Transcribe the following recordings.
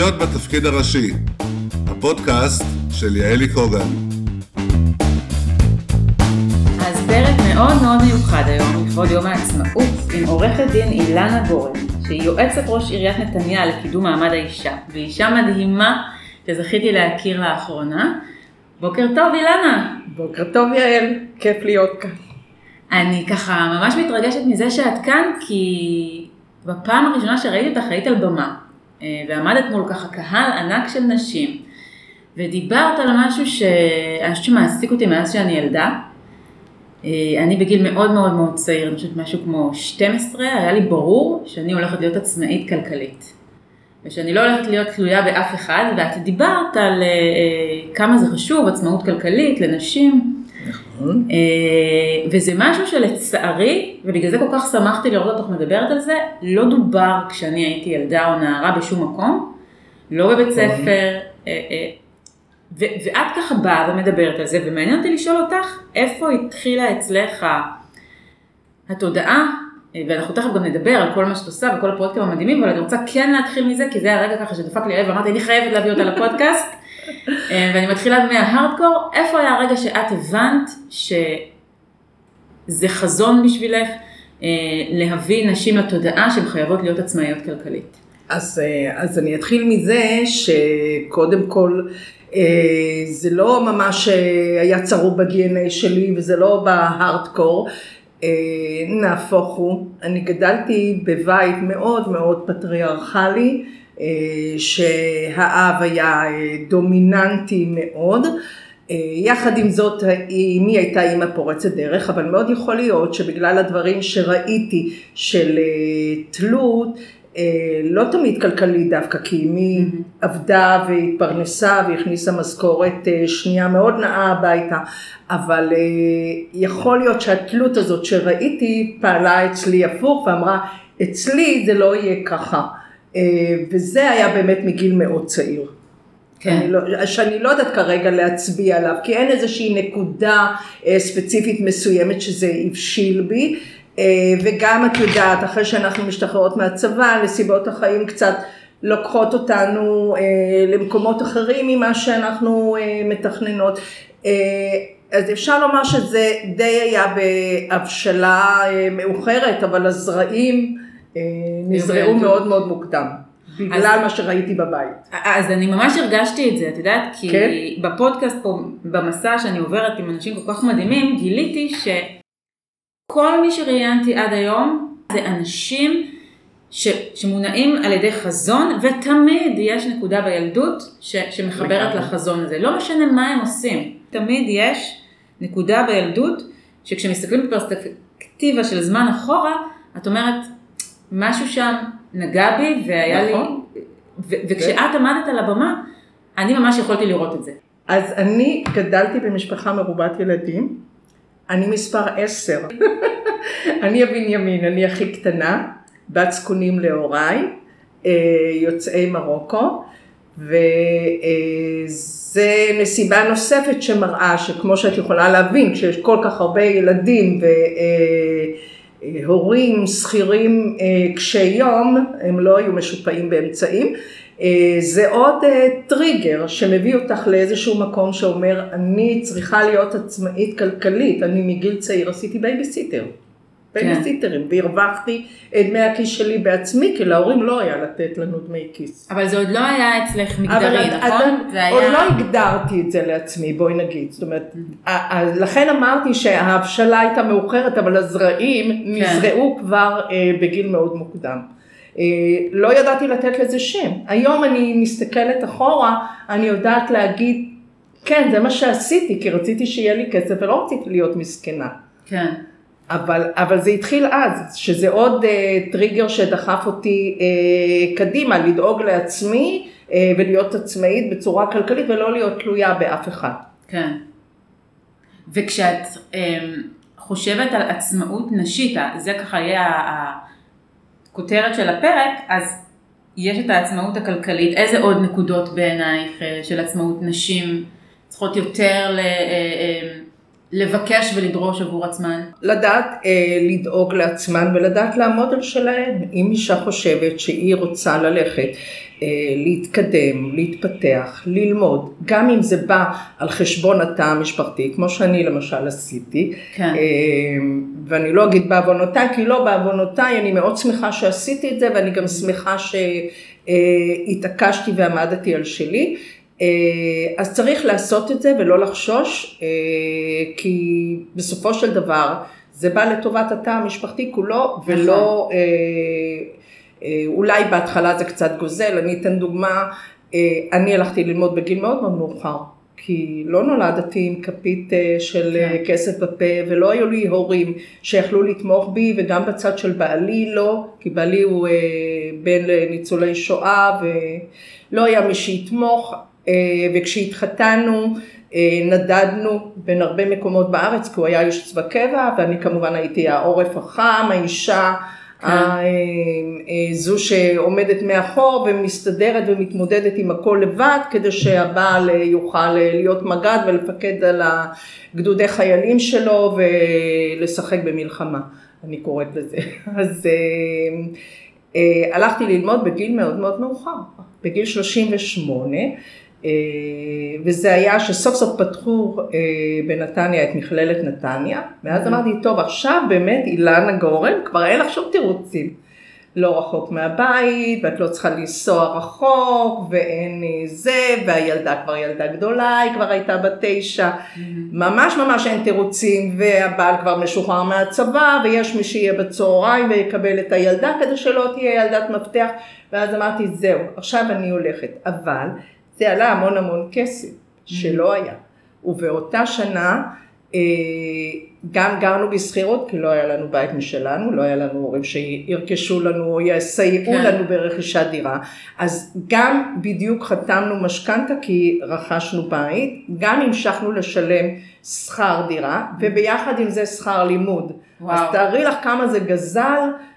להיות בתפקיד הראשי, הפודקאסט של יעלי קוגן. אז פרק מאוד מאוד מיוחד היום לכבוד יום העצמאות עם עורכת דין אילנה גורן, שהיא יועצת ראש עיריית נתניה לקידום מעמד האישה, ואישה מדהימה שזכיתי להכיר לאחרונה. בוקר טוב אילנה. בוקר טוב יעל, כיף להיות כאן. אני ככה ממש מתרגשת מזה שאת כאן, כי בפעם הראשונה שראיתי אותך היית על במה, ועמדת מול ככה קהל ענק של נשים, ודיברת על משהו שמעסיק אותי מאז שאני ילדה. אני בגיל מאוד מאוד מאוד צעיר, אני חושבת משהו כמו 12, היה לי ברור שאני הולכת להיות עצמאית כלכלית. ושאני לא הולכת להיות תלויה באף אחד, ואת דיברת על כמה זה חשוב, עצמאות כלכלית לנשים. נכון. וזה משהו שלצערי, ובגלל זה כל כך שמחתי לראות אותך מדברת על זה, לא דובר כשאני הייתי ילדה או נערה בשום מקום, לא בבית ספר, ואת ככה באה ומדברת על זה, ומעניין אותי לשאול אותך, איפה התחילה אצלך התודעה, ואנחנו תכף גם נדבר על כל מה שאת עושה וכל הפרויקטים המדהימים, אבל אני רוצה כן להתחיל מזה, כי זה היה רגע ככה שדפק לי לב, ואמרתי, אני חייבת להביא אותה לפודקאסט, ואני מתחילה מההארדקור. איפה היה הרגע שאת הבנת שזה חזון בשבילך להביא נשים לתודעה שהן חייבות להיות עצמאיות כלכלית? אז אני אתחיל מזה שקודם כל, זה לא ממש היה צרוב ב-DNA שלי, וזה לא בהארדקור, נהפוך הוא. אני גדלתי בבית מאוד מאוד פטריארכלי, שהאב היה דומיננטי מאוד. יחד עם זאת, אמי הייתה אימא פורצת דרך, אבל מאוד יכול להיות שבגלל הדברים שראיתי של תלות, לא תמיד כלכלי דווקא, כי אמי עבדה והתפרנסה והכניסה משכורת שנייה מאוד נאה הביתה, אבל יכול להיות שהתלות הזאת שראיתי פעלה אצלי הפוך, ואמרה, אצלי זה לא יהיה ככה. וזה היה באמת מגיל מאוד צעיר. כן. שאני לא יודעת כרגע להצביע עליו, כי אין איזושהי נקודה ספציפית מסוימת שזה הבשיל בי, וגם את יודעת, אחרי שאנחנו משתחררות מהצבא, נסיבות החיים קצת לוקחות אותנו למקומות אחרים ממה שאנחנו מתכננות. אז אפשר לומר שזה די היה בהבשלה מאוחרת, אבל הזרעים נזרעו מאוד מאוד מוקדם, בגלל מה שראיתי בבית. אז אני ממש הרגשתי את זה, את יודעת, כי כן? בפודקאסט פה, במסע שאני עוברת עם אנשים כל כך מדהימים, גיליתי שכל מי שראיינתי עד היום, זה אנשים שמונעים על ידי חזון, ותמיד יש נקודה בילדות שמחברת לחזון הזה. לא משנה מה הם עושים, תמיד יש נקודה בילדות, שכשמסתכלים בפרספקטיבה של זמן אחורה, את אומרת, משהו שם נגע בי והיה לי, וכשאת עמדת על הבמה, אני ממש יכולתי לראות את זה. אז אני גדלתי במשפחה מרובת ילדים, אני מספר 10, אני הבנימין, אני הכי קטנה, בת זקונים להוריי, יוצאי מרוקו, וזה נסיבה נוספת שמראה שכמו שאת יכולה להבין, כשיש כל כך הרבה ילדים הורים, שכירים קשי יום, הם לא היו משופעים באמצעים, זה עוד טריגר שמביא אותך לאיזשהו מקום שאומר, אני צריכה להיות עצמאית כלכלית, אני מגיל צעיר עשיתי בייביסיטרים, והרווחתי את דמי הכיס שלי בעצמי, כי להורים לא היה לתת לנו דמי כיס. אבל זה עוד לא היה אצלך מגדרי, נכון? עוד לא הגדרתי את זה לעצמי, בואי נגיד. זאת אומרת, לכן אמרתי שההבשלה הייתה מאוחרת, אבל הזרעים נזרעו כבר בגיל מאוד מוקדם. לא ידעתי לתת לזה שם. היום אני מסתכלת אחורה, אני יודעת להגיד, כן, זה מה שעשיתי, כי רציתי שיהיה לי כסף, ולא רציתי להיות מסכנה. כן. אבל זה התחיל אז, שזה עוד טריגר שדחף אותי קדימה, לדאוג לעצמי ולהיות עצמאית בצורה כלכלית ולא להיות תלויה באף אחד. כן. וכשאת חושבת על עצמאות נשית, זה ככה יהיה הכותרת של הפרק, אז יש את העצמאות הכלכלית. איזה עוד נקודות בעינייך של עצמאות נשים צריכות יותר לבקש ולדרוש עבור עצמן? לדעת לדאוג לעצמן ולדעת לעמוד על שלהן. אם אישה חושבת שהיא רוצה ללכת, להתקדם, להתפתח, ללמוד, גם אם זה בא על חשבון התא המשפחתי, כמו שאני למשל עשיתי, כן. ואני לא אגיד בעוונותיי, כי לא בעוונותיי, אני מאוד שמחה שעשיתי את זה, ואני גם שמחה שהתעקשתי ועמדתי על שלי, אז צריך לעשות את זה ולא לחשוש, כי בסופו של דבר זה בא לטובת התא המשפחתי כולו, ולא, אולי בהתחלה זה קצת גוזל. אני אתן דוגמה, אני הלכתי ללמוד בגיל מאוד מאוד מאוחר, כי לא נולדתי עם כפית של כסף בפה, ולא היו לי הורים שיכלו לתמוך בי, וגם בצד של בעלי לא, כי בעלי הוא בן לניצולי שואה, ולא היה מי שיתמוך. וכשהתחתנו נדדנו בין הרבה מקומות בארץ, כי הוא היה איש צבא קבע, ואני כמובן הייתי העורף החם, האישה, זו שעומדת מאחור ומסתדרת ומתמודדת עם הכל לבד, כדי שהבעל יוכל להיות מג"ד ולפקד על הגדודי חיילים שלו ולשחק במלחמה, אני קוראת לזה. אז הלכתי ללמוד בגיל מאוד מאוד מאוחר, בגיל 38, וזה היה שסוף סוף פתחו בנתניה את מכללת נתניה, ואז אמרתי, טוב, עכשיו באמת אילנה גורן, כבר אין לך שום תירוצים, לא רחוק מהבית, ואת לא צריכה לנסוע רחוק, ואין זה, והילדה כבר ילדה גדולה, היא כבר הייתה ב9, ממש ממש אין תירוצים, והבעל כבר משוחרר מהצבא, ויש מי שיהיה בצהריים ויקבל את הילדה, כדי שלא תהיה ילדת מפתח, ואז אמרתי, זהו, עכשיו אני הולכת, אבל זה עלה המון המון כסף, שלא היה. ובאותה שנה, גם גרנו בסחירות, כי לא היה לנו בית משלנו, לא היה לנו הורים שירכשו לנו או יסייעו לנו ברכישת דירה. אז גם בדיוק חתמנו משכנתה, כי רכשנו בית, גם המשכנו לשלם שכר דירה, וביחד עם זה שכר לימוד. אז תארי לך כמה זה גזל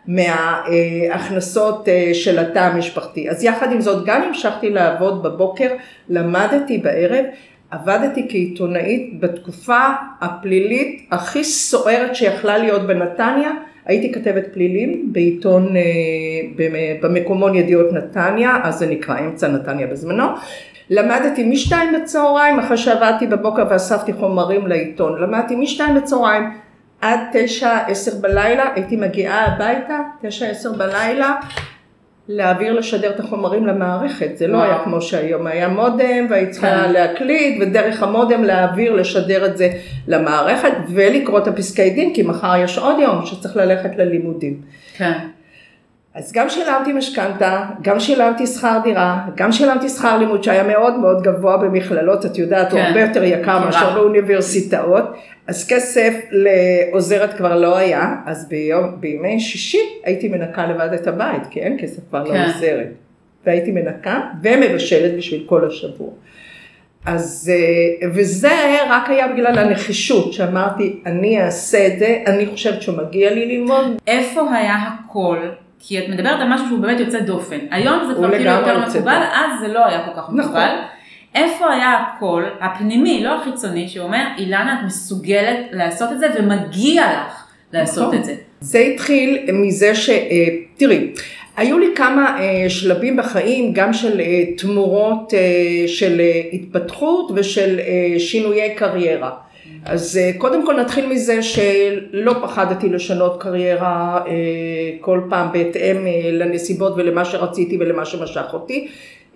מההכנסות של התא המשפחתי. אז יחד עם זאת, גם המשכתי לעבוד בבוקר, למדתי בערב, עבדתי כעיתונאית בתקופה הפלילית הכי סוערת שיכלה להיות בנתניה. הייתי כתבת פלילים בעיתון, במקומון ידיעות נתניה, אז זה נקרא אמצע נתניה בזמנו. למדתי מ2 בצהריים, אחרי שעבדתי בבוקר ואספתי חומרים לעיתון. למדתי מ2 בצהריים עד 9-10 בלילה, הייתי מגיעה הביתה, 9-10 בלילה, להעביר לשדר את החומרים למערכת. זה לא היה כמו שהיום, היה מודם והיא צריכה להקליט, ודרך המודם להעביר, לשדר את זה למערכת, ולקרוא את הפסקי דין, כי מחר יש עוד יום שצריך ללכת ללימודים. כן. אז גם שילמתי משכנתה, גם שילמתי שכר דירה, גם שילמתי שכר לימוד שהיה מאוד מאוד גבוה במכללות, את יודעת, הוא הרבה יותר יקר מאשר באוניברסיטאות, אז כסף לעוזרת כבר לא היה, אז בימי שישי הייתי מנקה לבד את הבית, כי אין כסף כבר לעוזרת, והייתי מנקה ומבשלת בשביל כל השבוע. אז, וזה רק היה בגלל הנחישות, שאמרתי, אני אעשה את זה, אני חושבת שמגיע לי ללמוד. איפה היה הכל? כי את מדברת על משהו שהוא באמת יוצא דופן. היום זה כבר כאילו יותר מקובל, אז זה לא היה כל כך מקובל. איפה היה הקול הפנימי, לא החיצוני, שאומר, אילנה, את מסוגלת לעשות את זה, ומגיע לך לעשות את זה? זה התחיל מזה תראי, היו לי כמה שלבים בחיים, גם של תמורות של התפתחות ושל שינויי קריירה. אז קודם כל נתחיל מזה שלא פחדתי לשנות קריירה כל פעם בהתאם לנסיבות ולמה שרציתי ולמה שמשך אותי.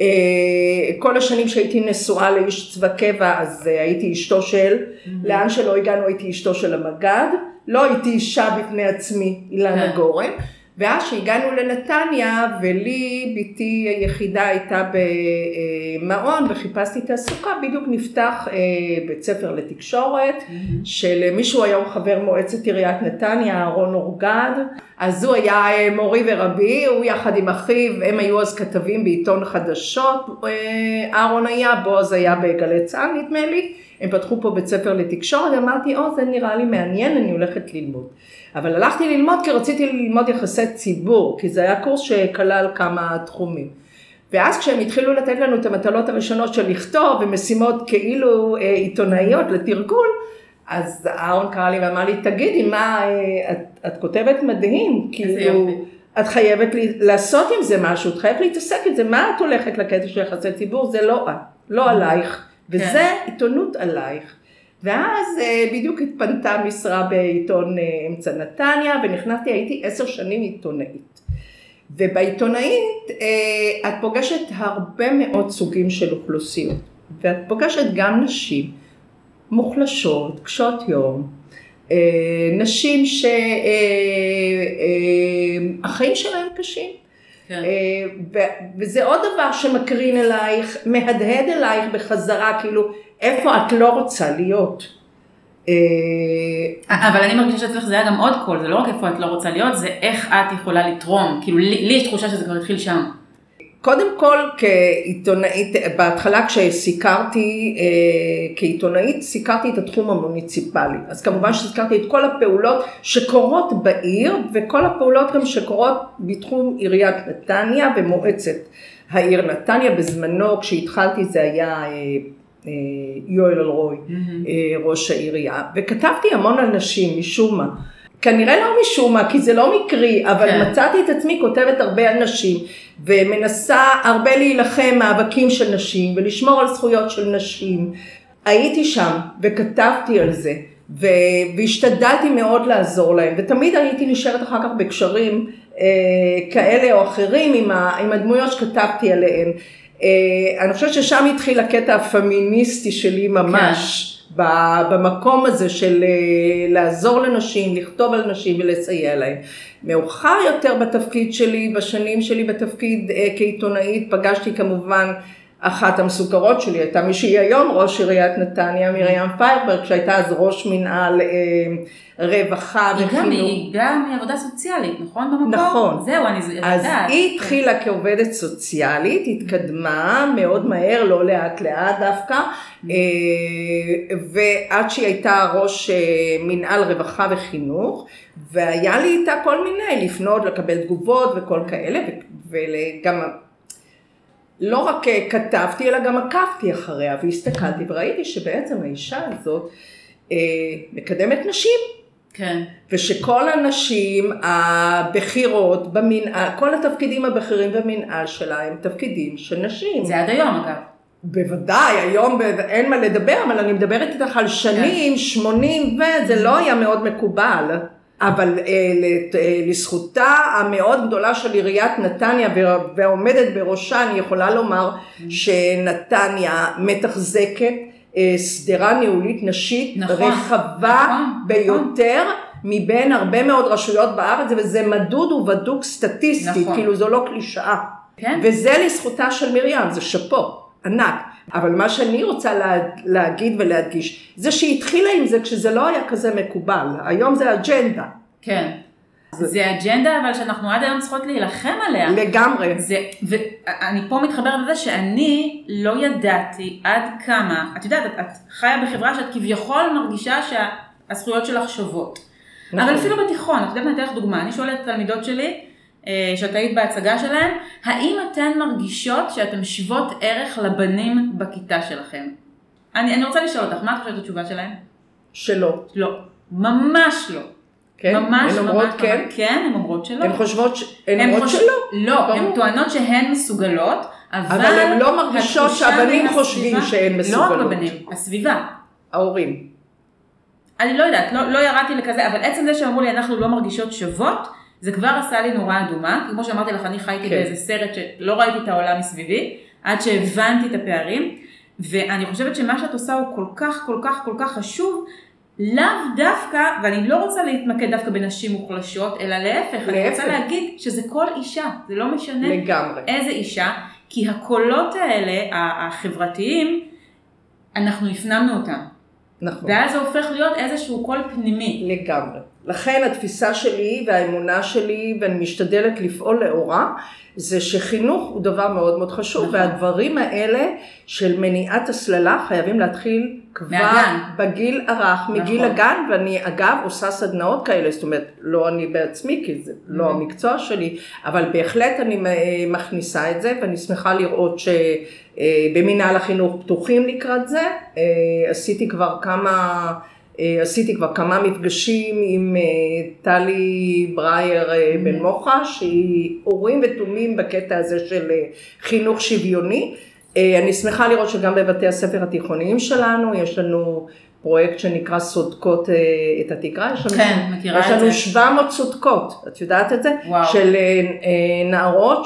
כל השנים שהייתי נשואה לאיש צבא קבע, אז הייתי אשתו של, לאן שלא הגענו הייתי אשתו של המג"ד, לא הייתי אישה בפני עצמי, אילנה גורן. ואז שהגענו לנתניה, ולי ביתי היחידה הייתה במעון, וחיפשתי תעסוקה, בדיוק נפתח בית ספר לתקשורת, של מישהו היום חבר מועצת עיריית נתניה, אהרון אורגד, אז הוא היה מורי ורבי, הוא יחד עם אחיו, הם היו אז כתבים בעיתון חדשות, אהרון היה, בועז היה בגלי צה"ל נדמה לי, הם פתחו פה בית ספר לתקשורת, אמרתי, זה נראה לי מעניין, אני הולכת ללמוד. אבל הלכתי ללמוד כי רציתי ללמוד יחסי ציבור, כי זה היה קורס שכלל כמה תחומים. ואז כשהם התחילו לתת לנו את המטלות הראשונות של לכתוב, ומשימות כאילו עיתונאיות לתרגול, אז אהרון קרא לי ואמר לי, תגידי, מה, את כותבת מדהים, כאילו, את חייבת לעשות עם זה משהו, את חייבת להתעסק עם זה, מה את הולכת לקטע של יחסי ציבור, זה לא את, לא עלייך, וזה עיתונות עלייך. ואז בדיוק התפנתה משרה בעיתון אמצע נתניה, ונכנסתי, הייתי 10 שנים עיתונאית. ובעיתונאית את פוגשת הרבה מאוד סוגים של אוכלוסיות, ואת פוגשת גם נשים מוחלשות, קשות יום, נשים שהחיים שלהם קשים. כן. וזה עוד דבר שמקרין אלייך, מהדהד אלייך בחזרה, כאילו, איפה את לא רוצה להיות? אבל אני מרגישה שאצלך זה היה גם עוד קול, זה לא רק איפה את לא רוצה להיות, זה איך את יכולה לתרום, כאילו לי יש תחושה שזה כבר התחיל שם. קודם כל כעיתונאית, בהתחלה כשסיקרתי כעיתונאית, סיקרתי את התחום המוניציפלי, אז כמובן שסיקרתי את כל הפעולות שקורות בעיר, וכל הפעולות גם שקורות בתחום עיריית נתניה ומועצת העיר נתניה. בזמנו כשהתחלתי זה היה יואל אלרוי, ראש העירייה, וכתבתי המון על נשים משום מה. כנראה לא משום מה, כי זה לא מקרי, אבל מצאתי את עצמי כותבת הרבה על נשים, ומנסה הרבה להילחם מאבקים של נשים, ולשמור על זכויות של נשים. הייתי שם, וכתבתי על זה, והשתדלתי מאוד לעזור להם, ותמיד הייתי נשארת אחר כך בקשרים כאלה או אחרים, עם הדמויות שכתבתי עליהן. אני חושבת ששם התחיל הקטע הפמיניסטי שלי ממש, במקום הזה של לעזור לנשים, לכתוב על נשים ולסייע להם. מאוחר יותר בתפקיד שלי, בשנים שלי בתפקיד כעיתונאית, פגשתי כמובן אחת המסוגרות שלי, הייתה מי שהיא היום ראש עיריית נתניה, מרים פיירברג, שהייתה אז ראש מנהל רווחה וחינוך. היא גם עבודה סוציאלית, נכון במקום? נכון. זהו, אני יודעת. אז היא התחילה כעובדת סוציאלית, התקדמה מאוד מהר, לא לאט לאט דווקא, ועד שהיא הייתה ראש מנהל רווחה וחינוך, והיה לי איתה כל מיני, לפנות, לקבל תגובות וכל כאלה, וגם לא רק כתבתי, אלא גם עקבתי אחריה, והסתכלתי וראיתי שבעצם האישה הזאת מקדמת נשים. כן. ושכל הנשים הבכירות במנהל, כל התפקידים הבכירים במנהל שלה הם תפקידים של נשים. זה עד היום אגב. בוודאי, היום אין מה לדבר, אבל אני מדברת איתך על שנים, 80, וזה לא היה מאוד מקובל. אבל לזכותה המאוד גדולה של עיריית נתניה והעומדת בראשה, אני יכולה לומר שנתניה מתחזקת סדרה ניהולית נשית רחבה ביותר מבין הרבה מאוד רשויות בארץ, וזה מדוד ובדוק סטטיסטית, כאילו זו לא קלישאה. וזה לזכותה של מרים, זה שפו, ענק. אבל מה שאני רוצה להגיד ולהדגיש, זה שהתחילה עם זה כשזה לא היה כזה מקובל. היום זה אג'נדה. כן. זה אג'נדה, אבל שאנחנו עד היום צריכות להילחם עליה. לגמרי. ואני פה מתחברת לזה שאני לא ידעתי עד כמה, את יודעת, את חיה בחברה שאת כביכול מרגישה שהזכויות שלך שוות. אבל אפילו בתיכון, את יודעת, אני אתן לך דוגמה, אני שואלת את התלמידות שלי, שאת היית בהצגה שלהם, האם אתן מרגישות שאתן שוות ערך לבנים בכיתה שלכם? אני רוצה לשאול אותך, מה את חושבת התשובה שלהם? שלא. לא, ממש לא. כן? ממש, הן אומרות כן? כן, הן אומרות שלא. הן חושבות שלא? לא, הן טוענות שהן מסוגלות, אבל הן לא מרגישות שהבנים חושבים שהן מסוגלות. לא רק בבנים, הסביבה. ההורים. אני לא יודעת, לא ירדתי לכזה, אבל עצם זה שאמרו לי אנחנו לא מרגישות שוות, זה כבר עשה לי נורא אדומה, כמו שאמרתי לך, אני חייתי באיזה סרט שלא ראיתי את העולם מסביבי, עד שהבנתי את הפערים, ואני חושבת שמה שאת עושה הוא כל כך, כל כך, כל כך חשוב, לאו דווקא, ואני לא רוצה להתמקד דווקא בנשים מוחלשות, אלא להפך, אני רוצה להגיד שזה כל אישה, זה לא משנה לגמרי. איזה אישה, כי הקולות האלה, החברתיים, אנחנו הפנמנו אותם. נכון. ואז זה הופך להיות איזשהו קול פנימי. לגמרי. לכן התפיסה שלי והאמונה שלי, ואני משתדלת לפעול לאורה, זה שחינוך הוא דבר מאוד מאוד חשוב, נכון. והדברים האלה של מניעת הסללה חייבים להתחיל כבר בגיל הרך, נכון. מגיל הגן, ואני אגב עושה סדנאות כאלה, זאת אומרת, לא אני בעצמי, כי זה לא המקצוע שלי, אבל בהחלט אני מכניסה את זה, ואני שמחה לראות שבמנהל החינוך פתוחים לקראת זה, עשיתי כבר כמה עשיתי כבר כמה מפגשים עם טלי ברייר בן מוחה, שהיא אורים ותומים בקטע הזה של חינוך שוויוני. אני שמחה לראות שגם בבתי הספר התיכוניים שלנו, יש לנו פרויקט שנקרא סודקות את התקרה. כן, מכירה את זה. יש לנו 700 סודקות, את יודעת את זה? וואו. של נערות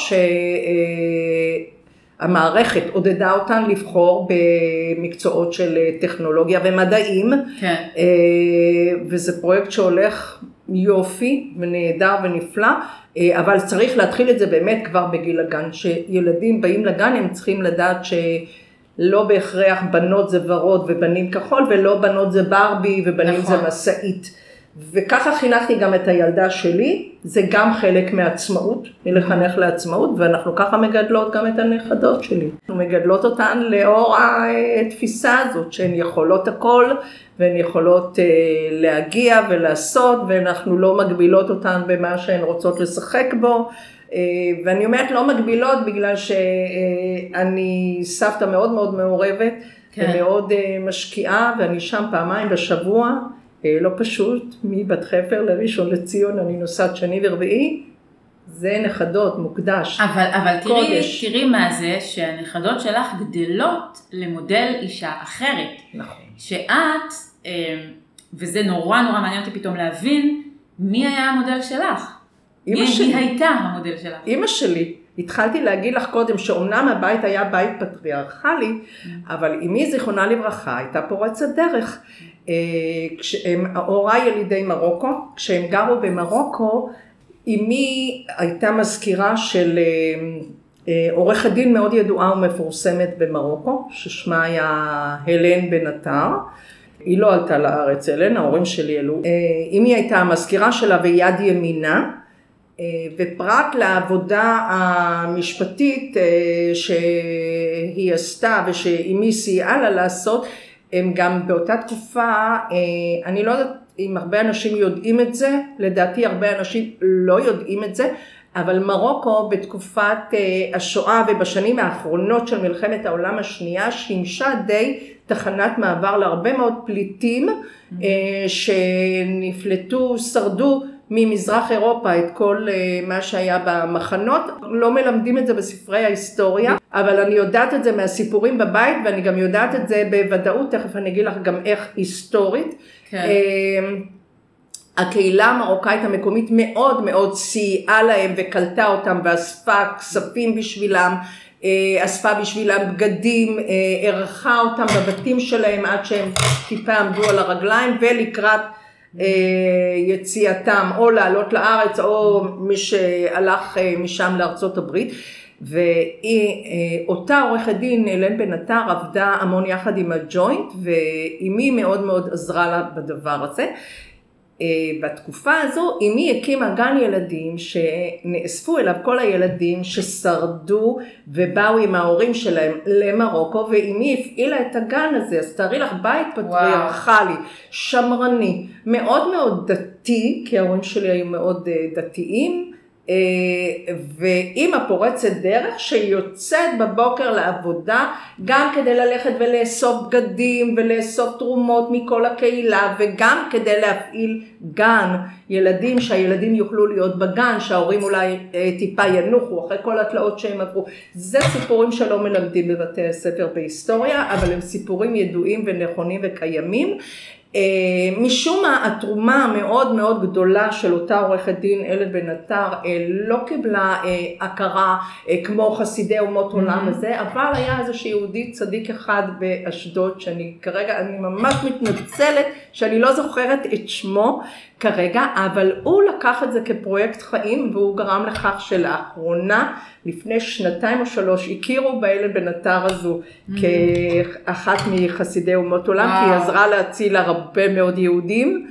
המערכת עודדה אותן לבחור במקצועות של טכנולוגיה ומדעים, כן. וזה פרויקט שהולך יופי ונהדר ונפלא, אבל צריך להתחיל את זה באמת כבר בגיל הגן, שילדים באים לגן הם צריכים לדעת שלא בהכרח בנות זה ורוד ובנים כחול, ולא בנות זה ברבי ובנים נכון. זה מסעית. וככה חינכתי גם את הילדה שלי, זה גם חלק מהעצמאות, מלחנך לעצמאות, ואנחנו ככה מגדלות גם את הנכדות שלי. אנחנו מגדלות אותן לאור התפיסה הזאת, שהן יכולות הכל, והן יכולות להגיע ולעשות, ואנחנו לא מגבילות אותן במה שהן רוצות לשחק בו, ואני אומרת לא מגבילות בגלל שאני סבתא מאוד מאוד מעורבת, כן. ומאוד משקיעה, ואני שם פעמיים בשבוע, לא פשוט, מבת חפר לראשון לציון, אני נוסעת שני ורביעי, זה נכדות, מוקדש. אבל תראי מה זה, שהנכדות שלך גדלות למודל אישה אחרת. נכון. שאת, וזה נורא נורא מעניין אותי פתאום להבין, מי היה המודל שלך? מי הייתה המודל שלך? אמא שלי. התחלתי להגיד לך קודם שאומנם הבית היה בית פטריארכלי, אבל אמי זיכרונה לברכה הייתה פורצת דרך. הוריי ילידי מרוקו, כשהם גרו במרוקו, אמי הייתה מזכירה של עורכת דין מאוד ידועה ומפורסמת במרוקו, ששמה היה הלן בן עטר. היא לא עלתה לארץ, הלן, ההורים שלי עלו. אמי הייתה המזכירה שלה ויד ימינה, ופרט לעבודה המשפטית שהיא עשתה ושאימי סייעה לה לעשות, הם גם באותה תקופה, אני לא יודעת אם הרבה אנשים יודעים את זה, לדעתי הרבה אנשים לא יודעים את זה, אבל מרוקו בתקופת השואה ובשנים האחרונות של מלחמת העולם השנייה, שימשה די תחנת מעבר להרבה מאוד פליטים שנפלטו, שרדו, ממזרח אירופה את כל מה שהיה במחנות. לא מלמדים את זה בספרי ההיסטוריה, אבל אני יודעת את זה מהסיפורים בבית, ואני גם יודעת את זה בוודאות, תכף אני אגיד לך גם איך היסטורית. כן. הקהילה המרוקאית המקומית מאוד מאוד סייעה להם וקלטה אותם, ואספה כספים בשבילם, אספה בשבילם בגדים, ערכה אותם בבתים שלהם עד שהם טיפה עמדו על הרגליים, ולקראת יציאתם או לעלות לארץ או מי שהלך משם לארצות הברית. ואותה עורכת דין הלן בן עטר עבדה המון יחד עם הג'וינט, ואימי מאוד מאוד עזרה לה בדבר הזה. בתקופה הזו אימי הקימה גן ילדים שנאספו אליו כל הילדים ששרדו ובאו עם ההורים שלהם למרוקו, ואימי הפעילה את הגן הזה. אז תארי לך, בית פטריארכלי, שמרני, מאוד מאוד דתי, כי ההורים שלי היו מאוד דתיים, ואמא פורצת דרך שיוצאת בבוקר לעבודה גם כדי ללכת ולאסוף בגדים ולאסוף תרומות מכל הקהילה, וגם כדי להפעיל גן ילדים, שהילדים יוכלו להיות בגן, שההורים אולי טיפה ינוחו אחרי כל התלאות שהם עברו. זה סיפורים שלא מלמדים בבתי הספר בהיסטוריה, אבל הם סיפורים ידועים ונכונים וקיימים. משום מה התרומה המאוד מאוד גדולה של אותה עורכת דין הלן בן עטר לא קיבלה הכרה כמו חסידי אומות עולם הזה, אבל היה איזשהו יהודי צדיק אחד באשדוד, שאני כרגע, אני ממש מתנצלת שאני לא זוכרת את שמו כרגע, אבל הוא לקח את זה כפרויקט חיים, והוא גרם לכך שלאחרונה, לפני 2 או 3, הכירו בהלן בן עטר הזו כאחת מחסידי אומות עולם, כי היא עזרה להציל הרבה מאוד יהודים,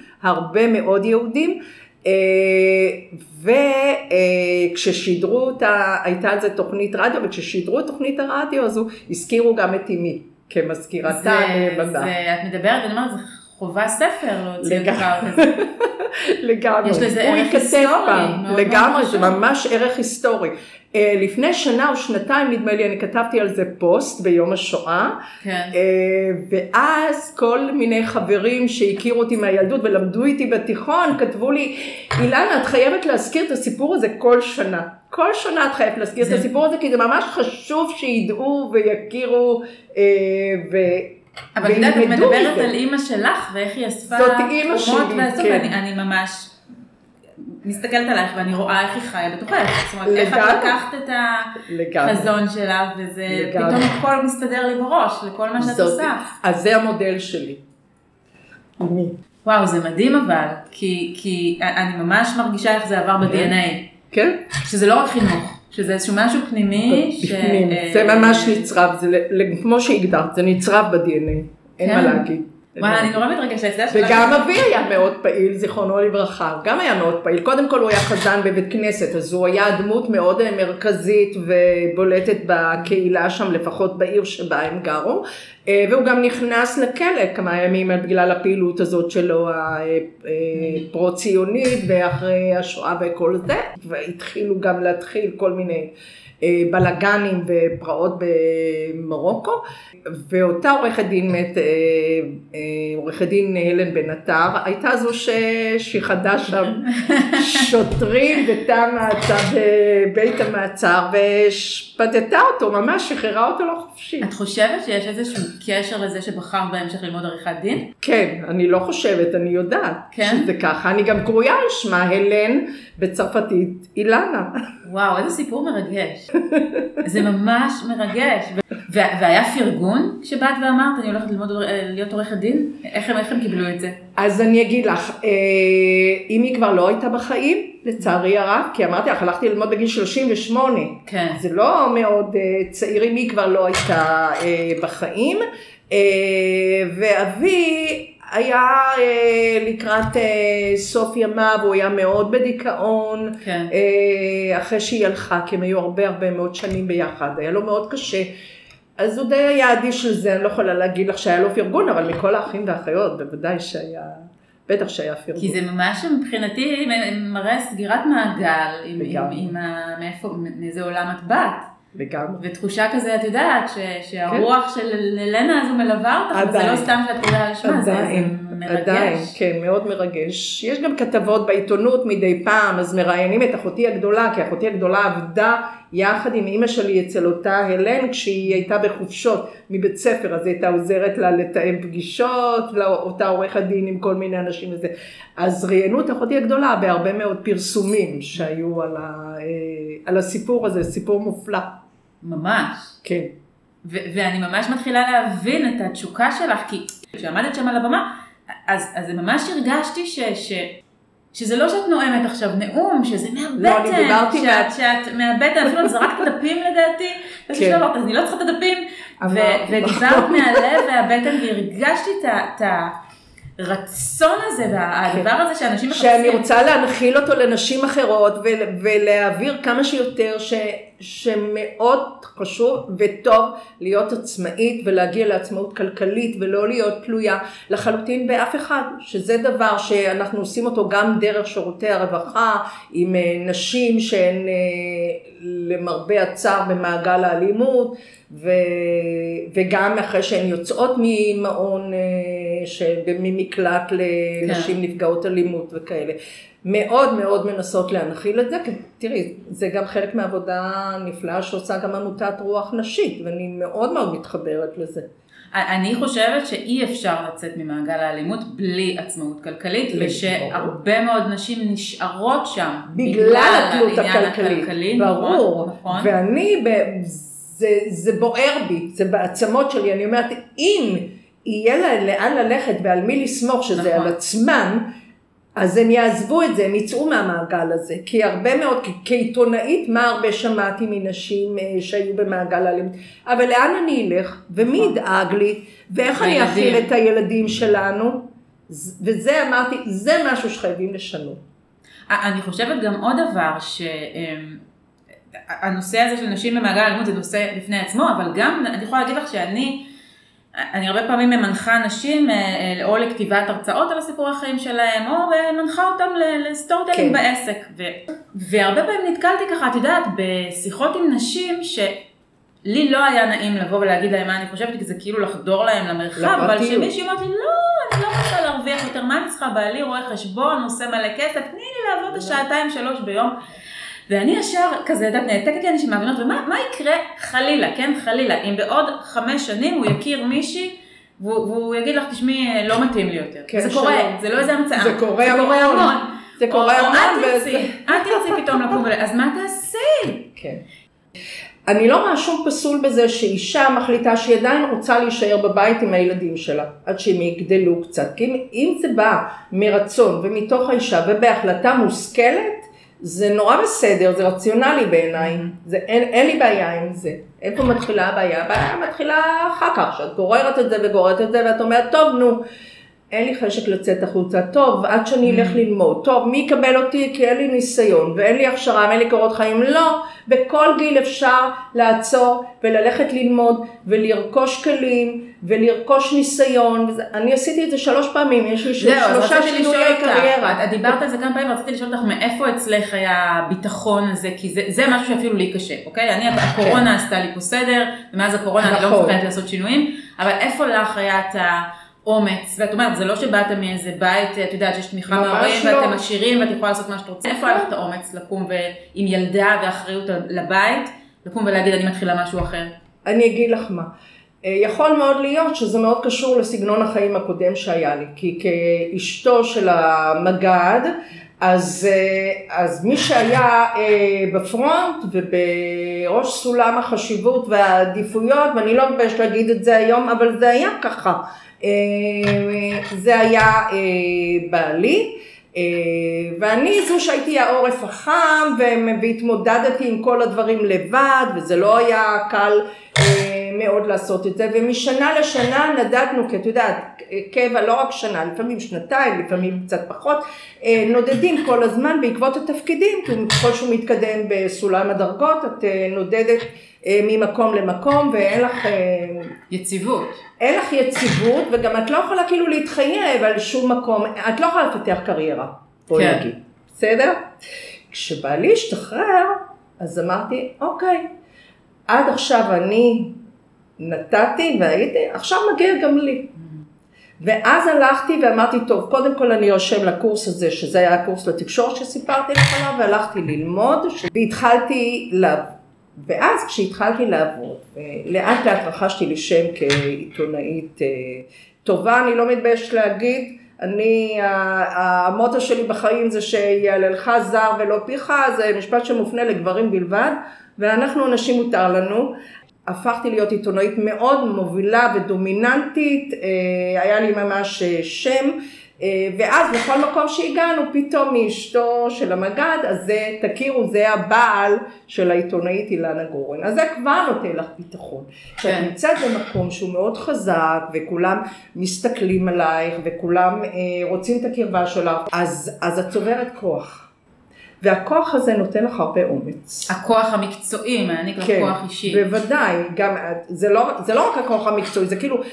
וכששידרו אותה, הייתה על זה תוכנית רדיו, וכששידרו את תוכנית הרדיו הזו, הזכירו גם את אמי כמזכירתה. את מדברת, אני אומרת, זה חובה ספר להוציא את דבר כזה. לגמרי. יש לזה ערך היסטורי. לגמרי, זה ממש ערך היסטורי. לפני שנה או שנתיים, נדמה לי, אני כתבתי על זה פוסט ביום השואה, כן. ואז כל מיני חברים שהכירו אותי מהילדות ולמדו איתי בתיכון, כתבו לי, אילנה, את חייבת להזכיר את הסיפור הזה כל שנה. כל שנה את חייבת להזכיר את הסיפור הזה, כי זה ממש חשוב שידעו ויכירו אבל את יודעת, את מדברת על אימא שלך, ואיך היא אספה תרומות והסוף, אני ממש מסתכלת עלייך ואני רואה איך היא חיה בתוכך. זאת אומרת, איך את לקחת את החזון שלה, וזה פתאום הכל מסתדר לי בראש, לכל מה שאת עושה. אז זה המודל שלי. וואו, זה מדהים אבל, כי אני ממש מרגישה איך זה עבר ב-DNA. כן? שזה לא רק חינוך, שזה איזשהו משהו פנימי. בפנים, זה ממש נצרב, כמו שהגדרת, זה נצרב ב-DNA, אין מה להגיד. וואי, אני נורא מתרגשת. וגם אבי היה מאוד פעיל, זיכרונו לברכה, גם היה מאוד פעיל. קודם כל הוא היה חזן בבית כנסת, אז הוא היה דמות מאוד מרכזית ובולטת בקהילה שם, לפחות בעיר שבה הם גרו, והוא גם נכנס לכלא כמה ימים בגלל הפעילות הזאת שלו, הפרו-ציונית, ואחרי השואה וכל זה, והתחילו גם להתחיל כל מיני בלגנים ופרעות במרוקו, ואותה עורכת דין עורכת דין הלן בן עטר, הייתה זו ששיחדה שם שוטרים בתא מעצר, בבית המעצר, ושפטתה אותו, ממש שחררה אותו לא חופשי. את חושבת שיש איזשהו קשר לזה שבחר בהמשך ללמוד עריכת דין? כן, אני לא חושבת, אני יודעת שזה ככה. אני גם קרויה על שמה הלן בצרפתית אילנה. וואו, איזה סיפור מרגש. זה ממש מרגש. והיה פרגון כשבאת ואמרת, אני הולכת ללמוד להיות עורכת דין? איך הם קיבלו את זה? אז אני אגיד לך, אם היא כבר לא הייתה בחיים, לצערי הרב, כי אמרתי לך, הלכתי ללמוד בגיל 38. כן. זה לא מאוד צעיר, אם היא כבר לא הייתה בחיים. ואבי היה לקראת סוף ימיו, הוא היה מאוד בדיכאון, כן. אחרי שהיא הלכה, כי הם היו הרבה מאוד שנים ביחד, היה לו מאוד קשה. אז הוא די היה אדיש לזה, אני לא יכולה להגיד לך שהיה לו פרגון, אבל מכל האחים והאחיות, בוודאי שהיה, בטח שהיה פרגון. כי זה ממש מבחינתי מראה סגירת מעגל, מאיזה עולם את באת. לגמרי. ותחושה כזה, את יודעת, שהרוח של אלנה הזו מלווה אותך, וזה לא סתם שאת קוראה לשמה, זה מרגש. עדיין, כן, מאוד מרגש. יש גם כתבות בעיתונות מדי פעם, אז מראיינים את אחותי הגדולה, כי אחותי הגדולה עבדה יחד עם אמא שלי אצל אותה הלן, כשהיא הייתה בחופשות מבית ספר, אז היא הייתה עוזרת לה לתאם פגישות, לאותה עורכת דין עם כל מיני אנשים וזה. אז ראיינו את אחותי הגדולה בהרבה מאוד פרסומים שהיו על הסיפור הזה, סיפור מופלא. ממש. כן. ואני ממש מתחילה להבין את התשוקה שלך, כי כשעמדת שם על הבמה, אז ממש הרגשתי שזה לא שאת נואמת עכשיו נאום, שזה מהבטן, שאת מהבטן, אפילו זרקת דפים לדעתי, אז אני לא צריכה את הדפים, ודיברת מהלב והבטן, והרגשתי את הרצון הזה, והדבר הזה שאנשים מחפשים. שאני רוצה להנחיל אותו לנשים אחרות, ולהעביר כמה שיותר שמאוד חשוב וטוב להיות עצמאית, ולהגיע לעצמאות כלכלית, ולא להיות תלויה לחלוטין באף אחד, שזה דבר שאנחנו עושים אותו גם דרך שירותי הרווחה, עם נשים שהן למרבה הצער במעגל האלימות, וגם אחרי שהן יוצאות ממעון, ממקלט לנשים נפגעות אלימות וכאלה. מאוד מאוד מנסות להנחיל את זה, כי תראי, זה גם חלק מהעבודה נפלאה שעושה גם עמותת רוח נשית, ואני מאוד מאוד מתחברת לזה. אני חושבת שאי אפשר לצאת ממעגל האלימות בלי עצמאות כלכלית, ושהרבה מאוד נשים נשארות שם בגלל התלות הכלכלית. ברור, נכון. ואני, זה בוער בי, זה בעצמות שלי, אני אומרת, אם יהיה לה לאן ללכת ועל מי לסמוך שזה על עצמם, אז הם יעזבו את זה, הם יצאו מהמעגל הזה, כי הרבה מאוד, כעיתונאית, מה הרבה שמעתי מנשים שהיו במעגל האלימות, אבל לאן אני אלך, ומי ידאג לי, ואיך אני אכיל את הילדים שלנו, וזה אמרתי, זה משהו שחייבים לשנות. אני חושבת גם עוד דבר, שהנושא הזה של נשים במעגל האלימות זה נושא בפני עצמו, אבל גם אני יכולה להגיד לך שאני אני הרבה פעמים מנחה אנשים או לכתיבת הרצאות על הסיפורי החיים שלהם, או מנחה אותם לסטוריטלינג בעסק. והרבה פעמים נתקלתי ככה, את יודעת, בשיחות עם נשים שלי לא היה נעים לבוא ולהגיד להם מה אני חושבת, כי זה כאילו לחדור להם למרחב, אבל שמישהי אומרת לי, לא, אני לא רוצה להרוויח יותר, מה אני צריכה? בעלי רואה חשבון, עושה מלא כסף, תני לי לעבוד השעתיים 3 ביום. ואני ישר כזה, נעתקת לי אנשים מאמינות, ומה יקרה חלילה, כן, חלילה, אם בעוד 5 שנים הוא יכיר מישהי, והוא יגיד לך, תשמעי, לא מתאים לי יותר. כן, זה קורה, זה לא איזה המצאה. זה קורה המון. זה קורה המון. את תרצי פתאום לקום, אז מה תעשי? כן. אני לא רואה שום פסול בזה שאישה מחליטה שהיא עדיין רוצה להישאר בבית עם הילדים שלה, עד שהם יגדלו קצת. כי אם זה בא מרצון ומתוך האישה ובהחלטה מושכלת, זה נורא בסדר, זה רציונלי בעיניי, אין לי בעיה עם זה. איפה מתחילה הבעיה? הבעיה מתחילה אחר כך, שאת גוררת את זה וגוררת את זה, ואת אומרת, טוב, נו, אין לי חשק לצאת החוצה, טוב, עד שאני אלך ללמוד, טוב, מי יקבל אותי? כי אין לי ניסיון, ואין לי הכשרה, ואין לי קורות חיים, לא, בכל גיל אפשר לעצור וללכת ללמוד, ולרכוש כלים, ולרכוש ניסיון, אני עשיתי את זה 3 פעמים, יש לי 3 שינויי קריירה. את דיברת על זה כמה פעמים, רציתי לשאול אותך מאיפה אצלך היה הביטחון הזה, כי זה משהו שאפילו לי קשה, אוקיי? הקורונה עשתה לי פה סדר, ומאז הקורונה אני לא מפחדת לעשות שינויים, אבל איפה לך היה את אומץ, ואת אומרת, זה לא שבאת מאיזה בית, את יודעת שיש תמיכה מההורים, ואתם עשירים, ואת יכולה לעשות מה שאת רוצה. איפה היה לך את האומץ לקום עם ילדה ואחריות לבית, לקום ולהגיד, אני מתחילה משהו אחר? אני אגיד לך מה. יכול מאוד להיות שזה מאוד קשור לסגנון החיים הקודם שהיה לי, כי כאשתו של המגד, אז מי שהיה בפרונט ובראש סולם החשיבות והעדיפויות, ואני לא מבקש להגיד את זה היום, אבל זה היה ככה. זה היה בעלי, ואני זו שהייתי העורף החם, והתמודדתי עם כל הדברים לבד, וזה לא היה קל מאוד לעשות את זה, ומשנה לשנה נדדנו, כי את יודעת, קבע לא רק שנה, לפעמים 2, לפעמים קצת פחות, נודדים כל הזמן בעקבות התפקידים, כי ככל שהוא מתקדם בסולם הדרגות, את נודדת ממקום למקום, ואין לך יציבות. אין לך יציבות, וגם את לא יכולה כאילו להתחייב על שום מקום, את לא יכולה לפתח קריירה, בוא נגיד, בסדר? כשבעלי השתחרר, אז אמרתי, אוקיי, עד עכשיו אני נתתי והייתי, עכשיו מגיע גם לי. ואז הלכתי ואמרתי, טוב, קודם כל אני רושם לקורס הזה, שזה היה הקורס לתקשורת שסיפרתי לך עליו, והלכתי ללמוד, והתחלתי לעבוד. ואז כשהתחלתי לעבוד, לאט לאט רכשתי לי שם כעיתונאית טובה, אני לא מתביישת להגיד, המוטו שלי בחיים זה שיעללך זר ולא פיך, זה משפט שמופנה לגברים בלבד, ואנחנו נשים מותר לנו. הפכתי להיות עיתונאית מאוד מובילה ודומיננטית, היה לי ממש שם, ואז בכל מקום שהגענו, פתאום מאשתו של המגד, אז זה, תכירו, זה הבעל של העיתונאית אילנה גורן. אז זה כבר נותן לך ביטחון. כשאת נמצאת במקום שהוא מאוד חזק, וכולם מסתכלים עלייך, וכולם רוצים את הקרבה שלך, אז את צוברת כוח. והכוח הזה נותן לך הרבה אומץ. הכוח המקצועי, מעניק לך כוח אישי. בוודאי, גם, זה לא רק הכוח המקצועי, זה כאילו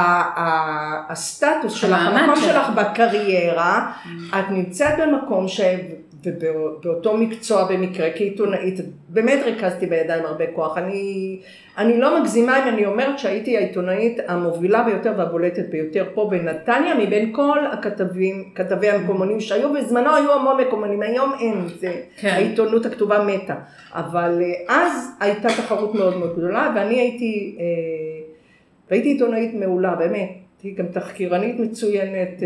הסטטוס שלך, המקום שלך בקריירה, את נמצאת במקום ובאותו מקצוע במקרה, כעיתונאית, באמת ריכזתי בידיים הרבה כוח. אני לא מגזימה אם אני אומרת שהייתי העיתונאית המובילה ביותר והבולטת ביותר פה בנתניה, מבין כל כתבי המקומונים שהיו, בזמנו היו המון מקומונים, היום אין, העיתונות הכתובה מתה. אבל אז הייתה תחרות מאוד מאוד גדולה, ואני הייתי עיתונאית מעולה, באמת. הייתי גם תחקירנית מצוינת,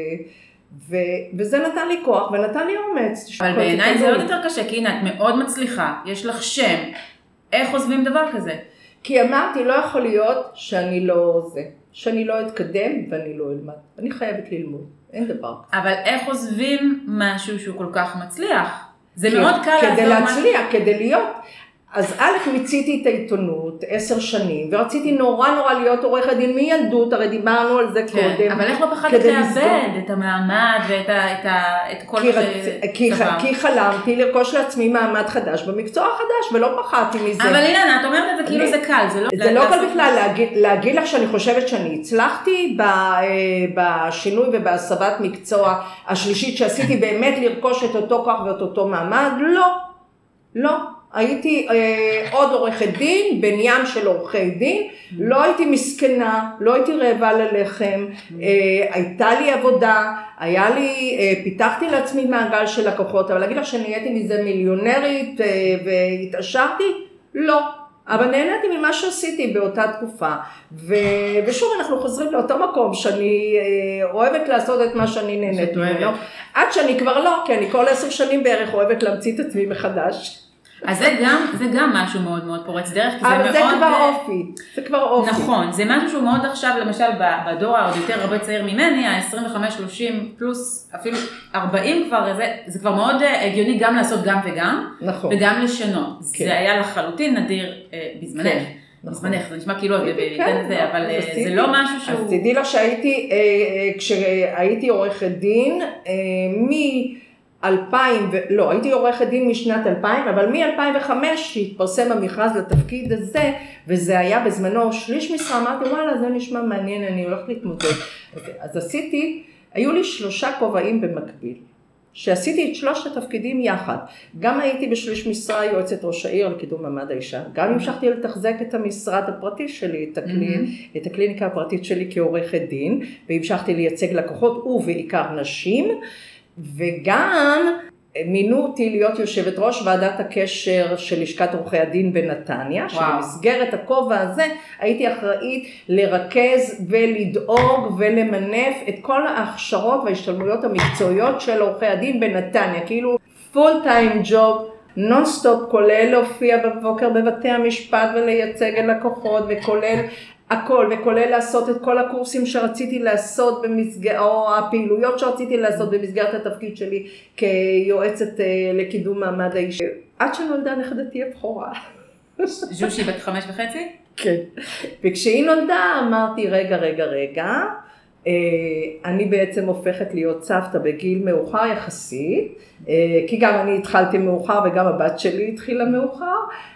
וזה נתן לי כוח ונתן לי אומץ. אבל בעיניי זה עוד יותר קשה, כי הנה, את מאוד מצליחה, יש לך שם. איך עוזבים דבר כזה? כי אמרתי, לא יכול להיות שאני לא אתקדם ואני לא אלמד. אני חייבת ללמוד, אין דבר. אבל איך עוזבים משהו שהוא כל כך מצליח? זה מאוד קל כדי להצליח, כדי להיות. אז א', מיציתי את העיתונות 10 שנים, ורציתי נורא להיות עורכת דין מילדות, הרי דיברנו על זה קודם. אבל איך לא פחדת לאבד את המעמד ואת כל מה שצבר? כי חלמתי לרכוש לעצמי מעמד חדש במקצוע חדש, ולא פחדתי מזה. אבל אילנה, את אומרת את זה כאילו זה קל, זה לא קל בכלל להגיד לך שאני חושבת שאני הצלחתי בשינוי ובהסבת מקצוע השלישית שעשיתי באמת לרכוש את אותו כוח ואת אותו מעמד, לא. הייתי עוד עורכת דין, בין ים של עורכי דין, לא הייתי מסכנה, לא הייתי רעבה ללחם, הייתה לי עבודה, פיתחתי לעצמי מעגל של לקוחות, אבל להגיד לך שנהייתי מזה מיליונרית והתעשרתי? לא. אבל נהניתי ממה שעשיתי באותה תקופה, ושוב אנחנו חוזרים לאותו מקום שאני אוהבת לעשות את מה שאני נהנית ממנו, עד שאני כבר לא, כי אני כל 10 שנים בערך אוהבת להמציא את עצמי מחדש. אז זה גם משהו מאוד מאוד פורץ דרך, כי אבל זה כבר אופי. נכון, זה משהו שהוא מאוד עכשיו, למשל בדור העוד יותר הרבה צעיר ממני, ה-25-30 פלוס אפילו 40 כבר, זה כבר מאוד הגיוני גם לעשות גם וגם, נכון. וגם לשנות. זה היה לחלוטין נדיר בזמנך. בזמנך, זה נשמע כאילו, אבל זה לא משהו שהוא... אז תדעי לך כשהייתי עורכת דין, הייתי עורכת דין משנת 2000, אבל מ-2005 שהתפרסם המכרז לתפקיד הזה, וזה היה בזמנו שליש משרה, אמרתי, וואלה, זה נשמע מעניין, אני הולכת להתמודד. אז היו לי 3 כובעים במקביל, שעשיתי את 3 התפקידים יחד. גם הייתי בשליש משרה יועצת ראש העיר לקידום מעמד האישה, גם המשכתי לתחזק את המשרד הפרטי שלי, את הקליניקה הפרטית שלי כעורכת דין, והמשכתי לייצג לקוחות ובעיקר נשים, וגם מינו אותי להיות יושבת ראש ועדת הקשר של לשכת עורכי הדין בנתניה, שבמסגרת הכובע הזה הייתי אחראית לרכז ולדאוג ולמנף את כל ההכשרות וההשתלמויות המקצועיות של עורכי הדין בנתניה, כאילו full time job, נון-סטופ, כולל להופיע בבוקר בבתי המשפט ולייצג לקוחות, וכולל הכל, וכולל לעשות את כל הקורסים שרציתי לעשות או הפעילויות שרציתי לעשות במסגרת התפקיד שלי כיועצת לקידום מעמד האישה. עד שנולדה נכדתי הבכורה. ז'ושי בת 5.5? כן. וכשהיא נולדה אמרתי, רגע, אני בעצם הופכת להיות סבתא בגיל מאוחר יחסית, כי גם אני התחלתי מאוחר וגם הבת שלי התחילה מאוחר,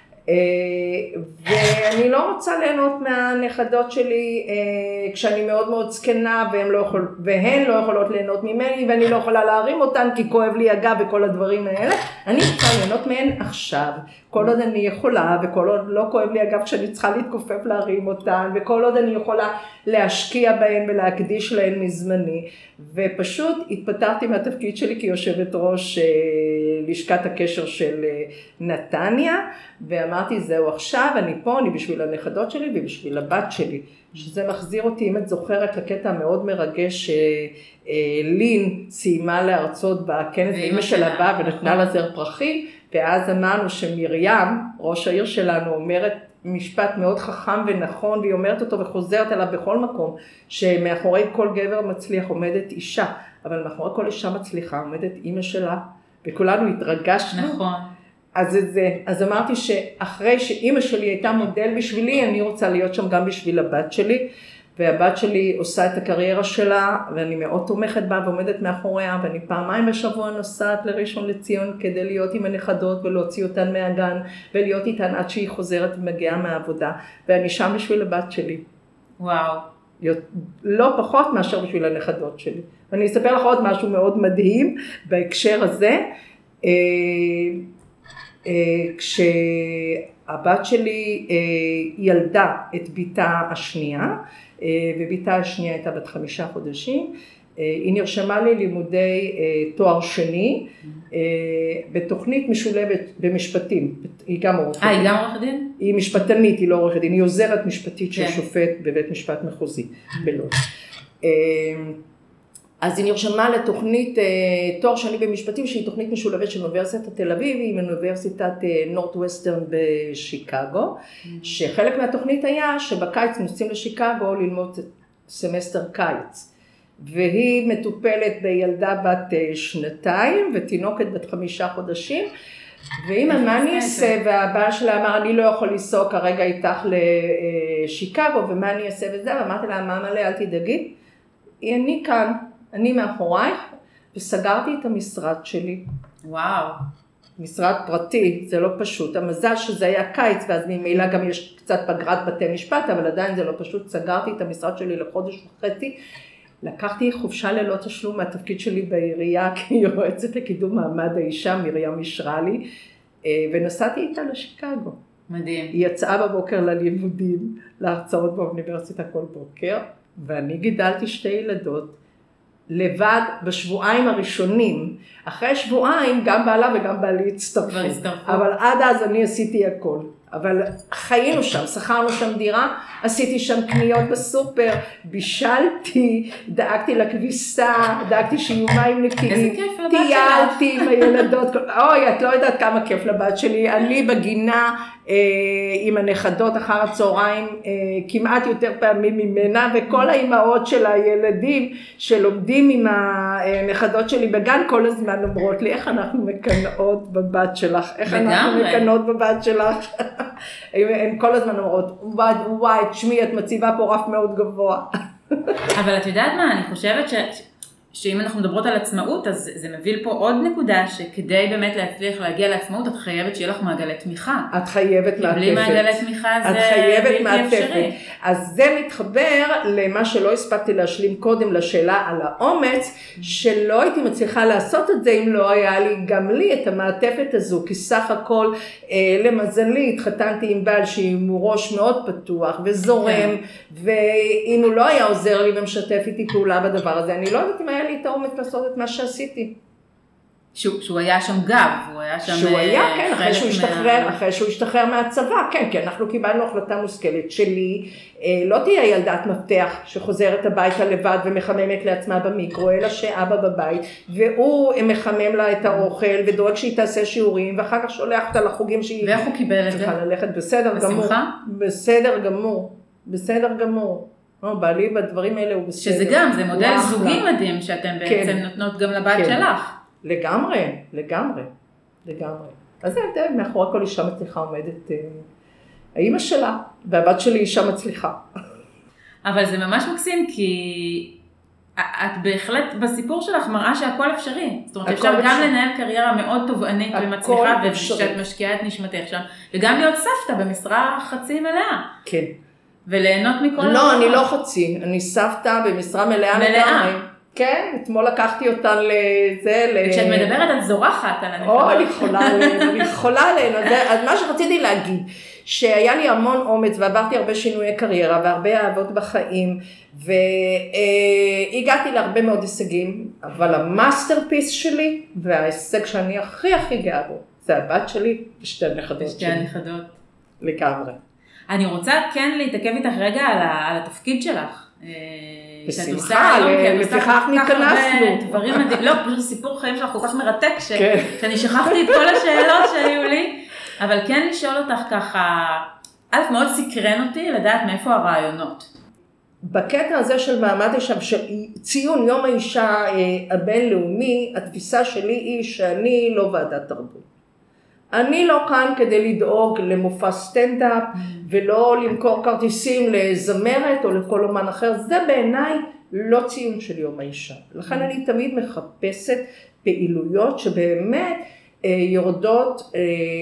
ואני לא רוצה ליהנות מהנכדות שלי כשאני מאוד מאוד זקנה והן לא יכולות ליהנות ממני ואני לא יכולה להרים אותן כי כואב לי הגב וכל הדברים האלה. אני רוצה ליהנות מהן עכשיו, כל עוד אני יכולה וכל עוד לא כואב לי הגב כשאני צריכה להתכופף להרים אותן וכל עוד אני יכולה להשקיע בהן ולהקדיש להן מזמני. ופשוט התפטרתי מהתפקיד שלי כיושבת ראש לשכת הקשר של נתניה, ואמרתי זהו עכשיו, אני פה, אני בשביל הנכדות שלי ובשביל הבת שלי, שזה מחזיר אותי, אם את זוכרת, לקטע מאוד מרגש לין סיימה להרצות בכנס, ואמא שלה באה ונתנה לה זר פרחים, ואז אמרנו שמרים, ראש העיר שלנו, אומרת משפט מאוד חכם ונכון, והיא אומרת אותו וחוזרת עליו בכל מקום, שמאחורי כל גבר מצליח עומדת אישה, אבל מאחורי כל אישה מצליחה עומדת אמא שלה, וכולנו התרגשנו. נכון. אז אמרתי שאחרי שאמא שלי הייתה מודל בשבילי, אני רוצה להיות שם גם בשביל הבת שלי, והבת שלי עושה את הקריירה שלה, ואני מאוד תומכת בה ועומדת מאחוריה, ואני פעמיים בשבוע נוסעת לראשון לציון כדי להיות עם הנכדות ולהוציא אותן מהגן, ולהיות איתן עד שהיא חוזרת ומגיעה מהעבודה, ואני שם בשביל הבת שלי. וואו. לא פחות מאשר בשביל הנכדות שלי. ואני אספר לך עוד משהו מאוד מדהים בהקשר הזה, כשהבת שלי ילדה את ביתה השנייה, וביתה השנייה הייתה בת 5 חודשים, היא נרשמה לי לימודי תואר שני, בתוכנית משולבת במשפטים, היא גם עורכת דין. היא גם עורכת דין? היא משפטנית, היא לא עורכת דין, היא עוזרת משפטית של שופט בבית משפט מחוזי בלוד. אז היא נרשמה לתוכנית תואר שני במשפטים, שהיא תוכנית משולבת של אוניברסיטת תל אביב, היא מאוניברסיטת נורת'ווסטרן בשיקגו, שחלק מהתוכנית היה שבקיץ נוסעים לשיקגו ללמוד סמסטר קיץ, והיא מטופלת בילדה בת 2 ותינוקת בת 5 חודשים, ואמא, מה אני אעשה? והבעל שלה אמר, אני לא יכול לנסוע כרגע איתך לשיקגו, ומה אני אעשה וזה? ואמרתי לה, מה מלא, אל תדאגי. אני כאן, אני מאחורייך, וסגרתי את המשרד שלי. וואו. משרד פרטי, זה לא פשוט. המזל שזה היה קיץ, ואז ממילא גם יש קצת פגרת בתי משפט, אבל עדיין זה לא פשוט. סגרתי את המשרד שלי לחודש וחצי. לקחתי חופשה ללא תשלום מהתפקיד שלי בעירייה, כיועצת לקידום מעמד האישה, מרים אישרה לי, ונסעתי איתה לשיקגו. מדהים. היא יצאה בבוקר ללימודים, להרצאות באוניברסיטה כל בוקר, ואני גידלתי 2 ילדות, לבד בשבועיים הראשונים. אחרי שבועיים גם בעלה וגם בעלי הצטרפו. אבל עד אז אני עשיתי הכל. אבל חיינו שם, שכרנו שם דירה, עשיתי שם קניות בסופר, בישלתי, דאגתי לכביסה, דאגתי שיהיו מים נקיים. איזה כיף לבת שלך. טיילתי עם הילדות. אוי, את לא יודעת כמה כיף לבת שלי. אני בגינה עם הנכדות אחר הצהריים, כמעט יותר פעמים ממנה, וכל האימהות של הילדים שלומדים עם הנכדות שלי בגן, כל הזמן אומרות לי, איך אנחנו מקנאות בבת שלך? איך אנחנו מקנאות בבת שלך? הן כל הזמן אומרות, וואי, תשמעי, את מציבה פה רף מאוד גבוה. אבל את יודעת מה, אני חושבת שאם אנחנו מדברות על עצמאות, אז זה מביא פה עוד נקודה, שכדי באמת להצליח להגיע לעצמאות, את חייבת שיהיה לך מעגלי תמיכה. את חייבת מעטפת. בלי מעגלי תמיכה זה בלתי אפשרי. אז זה מתחבר למה שלא הספקתי להשלים קודם, לשאלה על האומץ, שלא הייתי מצליחה לעשות את זה, אם לא היה לי גם לי את המעטפת הזו, כי סך הכל, למזלי, התחתנתי עם בעל שהוא ראש מאוד פתוח וזורם, ואם הוא לא היה עוזר לי ומשתף איתי פעולה בדבר הזה, אני לא יודעת אם היה לי את האומץ לעשות את מה שעשיתי. שהוא היה שם גב, הוא היה שם... שהוא היה, כן, אחרי שהוא השתחרר מהצבא, כן, כי אנחנו קיבלנו החלטה מושכלת שלי, לא תהיה ילדת מפתח שחוזרת הביתה לבד ומחממת לעצמה במיקרו, אלא שאבא בבית, והוא מחמם לה את האוכל ודואג שהיא תעשה שיעורים, ואחר כך שולח אותה לחוגים שהיא... ואיך הוא קיבל את זה? צריכה ללכת, בסדר גמור. בשמחה? בסדר גמור, בסדר גמור. בעלי בדברים האלה הוא בסדר. שזה גם, זה מודל זוגי מדהים שאתם בעצם נותנות גם לבת שלך. לגמרי. אז זה מאחורי כל אישה מצליחה עומדת האמא שלה, והבת שלי אישה מצליחה. אבל זה ממש מקסים, כי את בהחלט בסיפור שלך מראה שהכל אפשרי. זאת אומרת, אפשר גם לנהל קריירה מאוד תובענית ומצליחה, ושאת משקיעה את נשמתך שם, וגם להיות סבתא במשרה חצי מלאה. כן. וליהנות מכל... לא, אני לא חצי, אני סבתא במשרה מלאה. מלאה. כן, אתמול לקחתי אותן לזה... כשאת מדברת את זורחת על הנקודה. אני יכולה עליהן. אז מה שרציתי להגיד, שהיה לי המון אומץ ועברתי הרבה שינויי קריירה והרבה אהבות בחיים, והגעתי להרבה מאוד הישגים, אבל המאסטרפיס שלי וההישג שאני הכי גאה בו, זה הבת שלי ושתי הנכדות שלי. ושתי הנכדות. לגמרי. אני רוצה כן להתעכב איתך רגע על התפקיד שלך. בשמחה, לפיכך נתכנסנו. דברים מדהים, לא, פשוט סיפור חיים שלך כל כך מרתק, שאני שכחתי את כל השאלות שהיו לי, אבל כן לשאול אותך ככה, א', מאוד סקרן אותי לדעת מאיפה הרעיונות. בקטע הזה של מעמד האישה, של ציון יום האישה הבינלאומי, התפיסה שלי היא שאני לא ועדת תרבות. אני לא כאן כדי לדאוג למופע סטנדאפ, ולא למכור כרטיסים לזמרת או לכל אומן אחר. זה בעיניי לא ציון של יום האישה. לכן אני תמיד מחפשת פעילויות שבאמת יורדות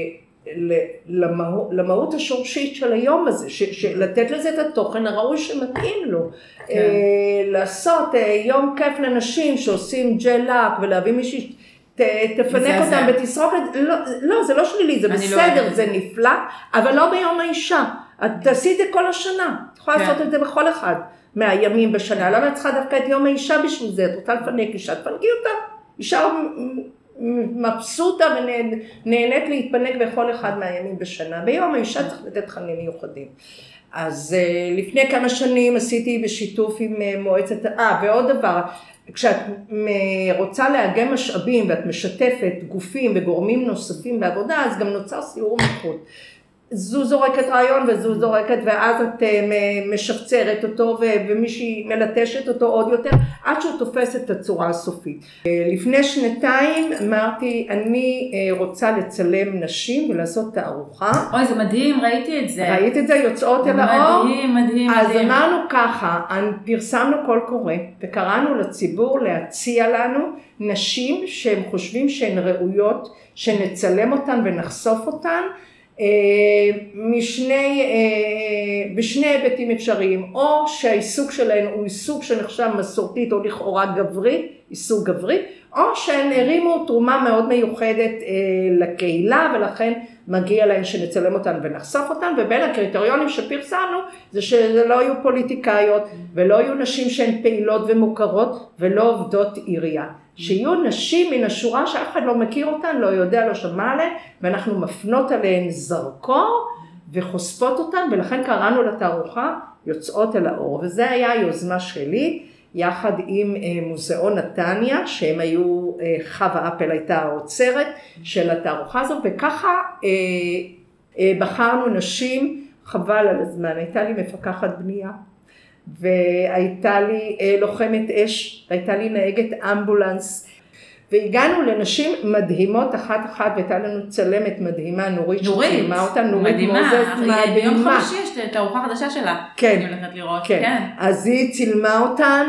למהות השורשית של היום הזה, לתת לזה את התוכן הראוי שמתאים לו. לעשות יום כיף לנשים שעושים ג'לק ולהביא מישהי, תפנק אותם ותסרוק, לא, זה לא שלילי, זה בסדר, זה נפלא, אבל לא ביום האישה. את תעשי את זה כל השנה, את יכולה לעשות את זה בכל אחד מהימים בשנה, למה את צריכה דווקא את יום האישה בשביל זה? את רוצה לפנק אישה, תפנקי אותה, אישה מבסוטה ונהנית להתפנק בכל אחד מהימים בשנה, ביום האישה צריך לתת תכנים מיוחדים. אז לפני כמה שנים עשיתי בשיתוף עם מועצת, ועוד דבר, כשאת רוצה לאגם משאבים ואת משתפת גופים וגורמים נוספים בעבודה, אז גם נוצר סיור מיקוד. זו זורקת רעיון וזו זורקת, ואז את משפצרת אותו ומישהי מלטשת אותו עוד יותר, עד שהוא תופס את הצורה הסופית. לפני 2 אמרתי, אני רוצה לצלם נשים ולעשות תערוכה. אוי, זה מדהים, ראיתי את זה. ראית את זה, יוצאות אל האור? מדהים, מדהים. אז אמרנו ככה, פרסמנו קול קורא, וקראנו לציבור להציע לנו נשים שהם חושבים שהן ראויות, שנצלם אותן ונחשוף אותן, בשני היבטים אפשריים, או שהעיסוק שלהן הוא עיסוק שנחשב מסורתית או לכאורה גברי, עיסוק גברי, או שהן הרימו תרומה מאוד מיוחדת לקהילה, ולכן מגיע להן שנצלם אותן ונחשוף אותן, ובין הקריטריונים שפרסמנו זה שזה לא יהיו פוליטיקאיות ולא יהיו נשים שהן פעילות ומוכרות ולא עובדות עירייה. שיהיו נשים מן השורה שאף אחד לא מכיר אותן, לא יודע, לא שמע עליהן, ואנחנו מפנות עליהן זרקור וחושפות אותן, ולכן קראנו לתערוכה יוצאות אל האור, וזה היה היוזמה שלי, יחד עם מוזיאון נתניה, שהם היו, חווה אפל הייתה האוצרת של התערוכה הזו, וככה בחרנו נשים, חבל על הזמן, הייתה לי מפקחת בנייה, והייתה לי לוחמת אש, והייתה לי נהגת אמבולנס, והגענו לנשים מדהימות אחת, והייתה לנו צלמת מדהימה, נורית שצילמה אותה, נורית מוזס, מדהימה. ביום חמישי יש את הארוחה החדשה שלה. כן. אני הולכת לראות. כן. אז היא צילמה אותן,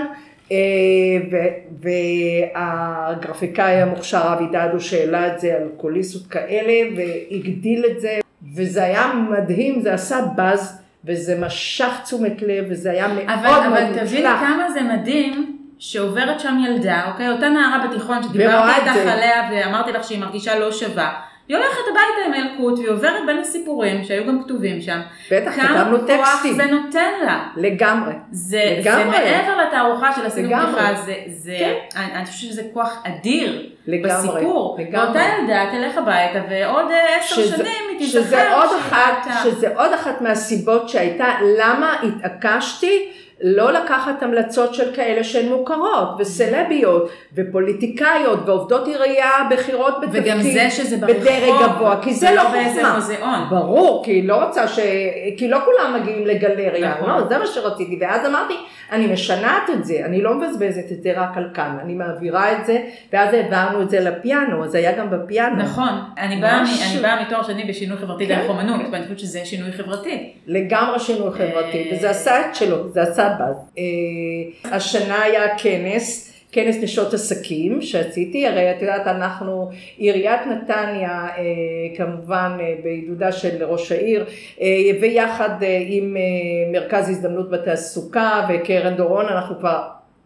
והגרפיקאי המוכשר אבי דדו שהעלה את זה על קוליסות כאלה, והגדיל את זה, וזה היה מדהים, זה עשה באז, וזה משך תשומת לב, וזה היה מאוד מאוד מוצלח. אבל תביני כמה זה מדהים, שעוברת שם ילדה, אוקיי? אותה נערה בתיכון שדיברתי איתך עליה, ואמרתי לך שהיא מרגישה לא שווה. היא הולכת הביתה עם אלקוט, והיא עוברת בין הסיפורים, שהיו גם כתובים שם. בטח, כתבנו טקסטים. כמה כוח זה נותן לה. לגמרי. זה מעבר לתערוכה של עשינו פתיחה, אני חושבת שזה כוח אדיר בסיפור. ואותה ילדה תלך הביתה, ועוד 10 שנים היא תזכר שזה עוד אחת מהסיבות שהייתה, למה התעקשתי, לא לקחת המלצות של כאלה שהן מוכרות, וסלביות, ופוליטיקאיות, ועובדות עירייה בחירות בתפקיד, וגם זה שזה ברחוב, בדרג גבוה, כי זה לא חוכמה. מוזיאון. ברור, כי לא רוצה כי לא כולם מגיעים לגלריה, לא, זה מה שרציתי, ואז אמרתי, אני משנעת את זה, אני לא מבזבזת את זה רק על כאן, אני מעבירה את זה, ואז העברנו את זה לפיאנו, אז היה גם בפיאנו. נכון, אני באה מתואר שני בשינוי חברתי דרך אומנות, ואני חושבת שזה שינוי חברתי. לגמרי שינוי חברתי, וזה עשה את שלו, זה עשה באז. השנה היה כנס נשות עסקים שעשיתי, הרי את יודעת אנחנו, עיריית נתניה כמובן בעידודה של ראש העיר, ויחד עם מרכז הזדמנות בתעסוקה וקרן דורון, אנחנו כבר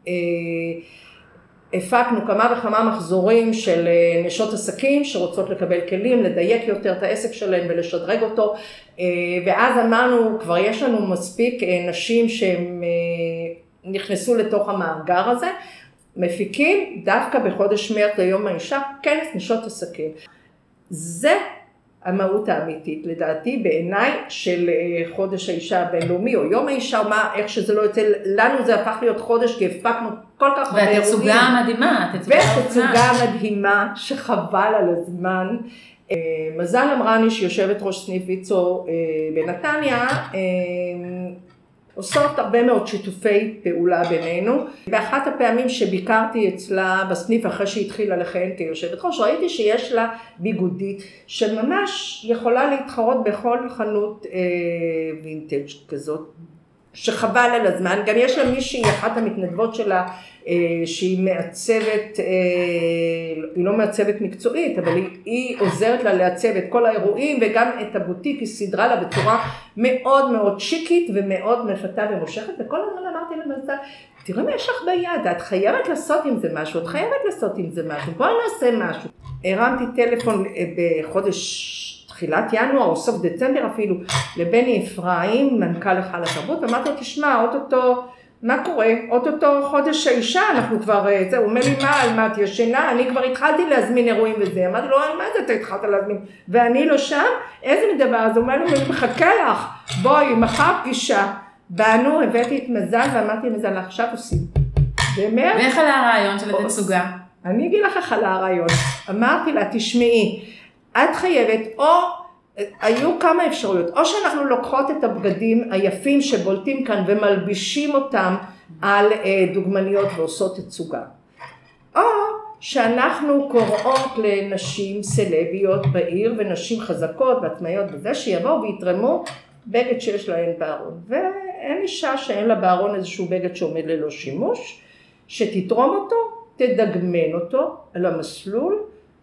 הפקנו כמה וכמה מחזורים של נשות עסקים שרוצות לקבל כלים, לדייק יותר את העסק שלהם ולשדרג אותו, ואז אמרנו, כבר יש לנו מספיק נשים שהם נכנסו לתוך המאגר הזה, מפיקים דווקא בחודש מרץ ליום האישה, כנס נשות עסקים. זה המהות האמיתית, לדעתי בעיניי של חודש האישה הבינלאומי, או יום האישה, או מה, איך שזה לא יוצא, לנו זה הפך להיות חודש, כי הפקנו כל כך הרבה אירועים. והתצוגה המדהימה, והתצוגה המדהימה, שחבל על הזמן. מזל אמרני, שיושבת ראש סניף ויצו בנתניה, עושות הרבה מאוד שיתופי פעולה בינינו. באחת הפעמים שביקרתי אצלה בסניף אחרי שהתחילה לכהן כיושבת ראש, ראיתי שיש לה ביגודית שממש יכולה להתחרות בכל חנות וינטג' כזאת, שחבל על הזמן. גם יש לה מישהי, אחת המתנדבות שלה, שהיא מעצבת, היא לא מעצבת מקצועית, אבל היא עוזרת לה לעצב את כל האירועים, וגם את הבוטיק היא סדרה לה בצורה מאוד מאוד שיקית ומאוד מפתה ומושכת, וכל הזמן אמרתי למזל, תראה מה יש לך ביד, את חייבת לעשות עם זה משהו, את חייבת לעשות עם זה משהו, בואי נעשה משהו. הרמתי טלפון בחודש תחילת ינואר או סוף דצמבר אפילו, לבני אפרים, מנכ"ל היכל התרבות, ואמרתי לו, תשמע, אוטוטו, מה קורה? אוטוטו חודש האישה, אנחנו כבר, הוא אומר לי, מה, על מה את ישנה? אני כבר התחלתי להזמין אירועים וזה, אמרתי לו, מה זה אתה התחלת להזמין? ואני לא שם? איזה מדבר? אז הוא אומר לו, אני מחכה לך, בואי, מחר פגישה. באנו, הבאתי את מזל, ואמרתי מזל, עכשיו עושים. ואיך עלה הרעיון של התצוגה? אני אגיד לך איך עלה הרעיון. אמרתי לה, תשמעי, את חייבת או היו כמה אפשרויות, או שאנחנו לוקחות את הבגדים היפים שבולטים כאן ומלבישים אותם על דוגמניות ועושות תצוגה, או שאנחנו קוראות לנשים סלביות בעיר ונשים חזקות ועצמאיות בזה שיבואו ויתרמו בגד שיש להן בארון, ואין אישה שאין לה בארון איזשהו בגד שעומד ללא שימוש, שתתרום אותו, תדגמן אותו על המסלול,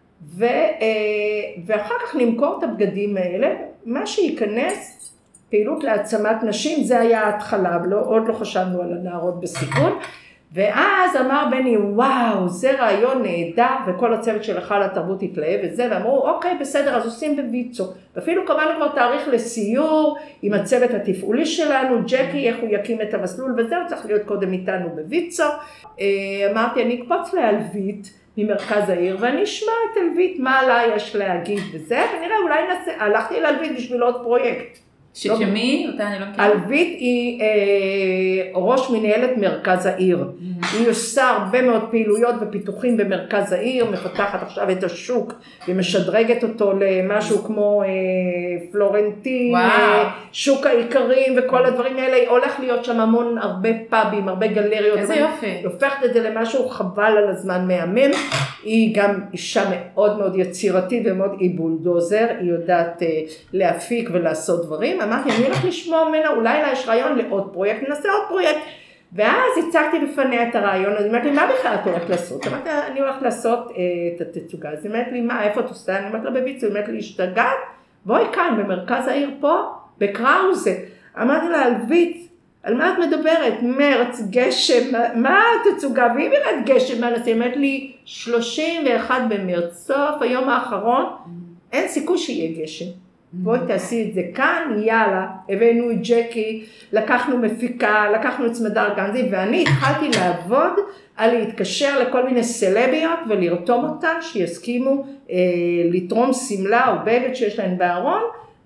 ואחר כך נמכור את הבגדים האלה. מה שייכנס, פעילות להעצמת נשים, זה היה ההתחלה, עוד לא חשבנו על הנערות בסיכון, ואז אמר בני, וואו, זה רעיון נהדר, וכל הצוות של היכל התרבות התלהב וזה, ואמרו, אוקיי, בסדר, אז עושים בויצו. ואפילו קבענו כבר תאריך לסיור עם הצוות התפעולי שלנו, ג'קי, איך הוא יקים את המסלול, וזהו, צריך להיות קודם איתנו בויצו. אמרתי, אני אקפוץ לאלבית ממרכז העיר, ואני אשמע את אלבית, מה עליי יש להגיד וזה, ונראה, אולי נעשה, הלכתי לאלבית בשביל עוד פרויקט. שמי? אותה אני לא מכירה. אלבית היא ראש מנהלת מרכז העיר. היא עושה הרבה מאוד פעילויות ופיתוחים במרכז העיר, מפתחת עכשיו את השוק ומשדרגת אותו למשהו כמו פלורנטין, שוק העיקרים וכל הדברים האלה. הולך להיות שם המון, הרבה פאבים, הרבה גלריות. איזה יופי. היא הופכת את זה למשהו חבל על הזמן מהמם. היא גם אישה מאוד מאוד יצירתית ומאוד בולדוזר, היא יודעת להפיק ולעשות דברים. אמרתי, אני הולך לשמוע ממנה, אולי לה יש רעיון לעוד פרויקט, ננסה עוד פרויקט. ואז הצגתי בפניה את הרעיון, אז היא אומרת לי, מה בכלל את הולכת לעשות? אמרתי, אני הולכת לעשות את התצוגה. אז היא אומרת לי, מה, איפה את עושה? אני אומרת לה בביצוע, היא אומרת לי, השתגעת? בואי כאן, במרכז העיר פה, בקראוזה. אמרתי לה, אלבית, על מה את מדברת? מרץ, גשם, מה התצוגה? והיא אומרת גשם, מה נעשה? היא אומרת לי, 31 במרץ, סוף היום האחרון, אין סיכוי שיהיה גשם. בואי תעשי את זה כאן, יאללה, הבאנו את ג'קי, לקחנו מפיקה, לקחנו את סמדר גנזי, ואני התחלתי לעבוד על להתקשר לכל מיני סלביות ולרתום אותן, שיסכימו לתרום סמלה או בגד שיש להן בארון,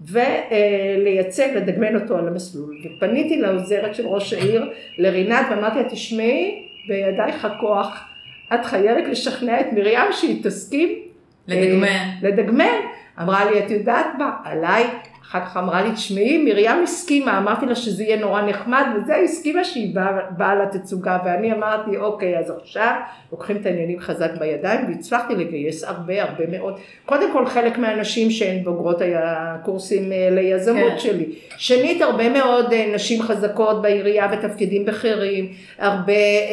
ולייצג, לדגמן אותו על המסלול. ופניתי לעוזרת של ראש העיר, לרינת, ואמרתי, תשמעי, בידייך הכוח, את חייבת לשכנע את מרים שהיא תסכים לדגמן. אמרה לי, את יודעת מה? עליי, אחר כך אמרה לי, תשמעי, מרים הסכימה, אמרתי לה שזה יהיה נורא נחמד, וזה הסכימה שהיא באה לתצוגה, ואני אמרתי, אוקיי, אז עכשיו לוקחים את העניינים חזק בידיים, והצלחתי לגייס הרבה מאוד. קודם כל, חלק מהאנשים שהן בוגרות הקורסים ליזמות שלי. שנית, הרבה מאוד נשים חזקות בעירייה בתפקידים בכירים, הרבה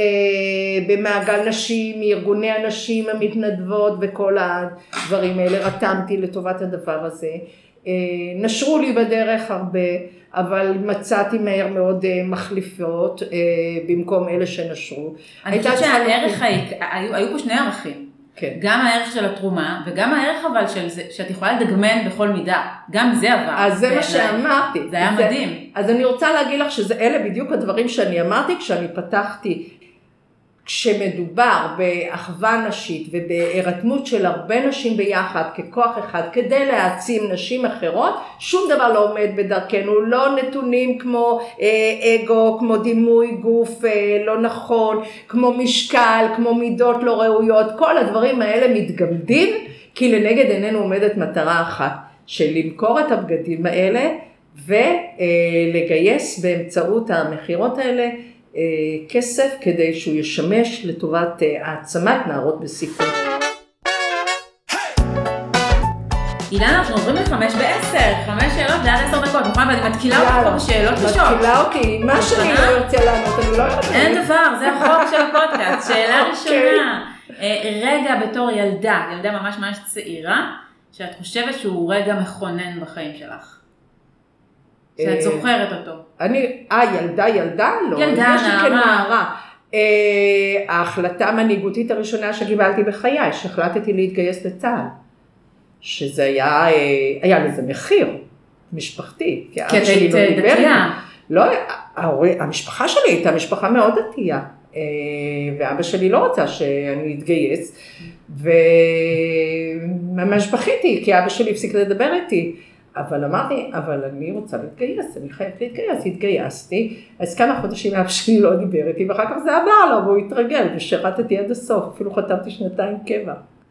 במעגל נשים, מארגוני הנשים המתנדבות, וכל הדברים האלה רתמתי לטובת הדבר הזה. נשרו לי בדרך הרבה, אבל מצאתי מהר מאוד מחליפות במקום אלה שנשרו. אני חושבת שהערך, היו פה שני ערכים. כן. גם הערך של התרומה, וגם הערך אבל של זה, שאת יכולה לדגמן בכל מידה. גם זה עבר. אז זה מה שאמרתי. זה היה מדהים. אז אני רוצה להגיד לך שאלה בדיוק הדברים שאני אמרתי כשאני פתחתי. כשמדובר באחווה נשית ובהירתמות של הרבה נשים ביחד ככוח אחד כדי להעצים נשים אחרות, שום דבר לא עומד בדרכנו, לא נתונים כמו אגו, כמו דימוי גוף לא נכון, כמו משקל, כמו מידות לא ראויות, כל הדברים האלה מתגמדים, כי לנגד עינינו עומדת מטרה אחת, של למכור את הבגדים האלה ולגייס באמצעות המחירות האלה, כסף כדי שהוא ישמש לטובת העצמת נערות בסיכון. אילנה, אנחנו עוברים ל5 ב10, 5 שאלות ועד 10 דקות, נכון? ואני מתקילה אותך פה בשאלות קשות. מתקילה אותי, מה שאני לא יוצא לענות, אני לא יודעת. אין דבר, זה החוק של הפודקאסט. שאלה ראשונה, רגע בתור ילדה ממש צעירה, שאת חושבת שהוא רגע מכונן בחיים שלך. שאת זוכרת אותו. ילדה? לא. ילדה, נערה. ההחלטה המנהיגותית הראשונה שקיבלתי בחיי, שהחלטתי להתגייס לצה"ל. שזה היה לזה מחיר משפחתי. כי את היית דתייה. לא, המשפחה שלי הייתה משפחה מאוד דתייה. ואבא שלי לא רצה שאני אתגייס. וממש בכיתי, כי אבא שלי הפסיק לדבר איתי. אבל אמרתי, אבל אני רוצה להתגייס, אני חייבת להתגייס, התגייסתי, אז כמה חודשים אבא שלי לא דיבר איתי, ואחר כך זה עבר לו, והוא התרגל, ושרתתי עד הסוף, אפילו חתמתי 2 קבע.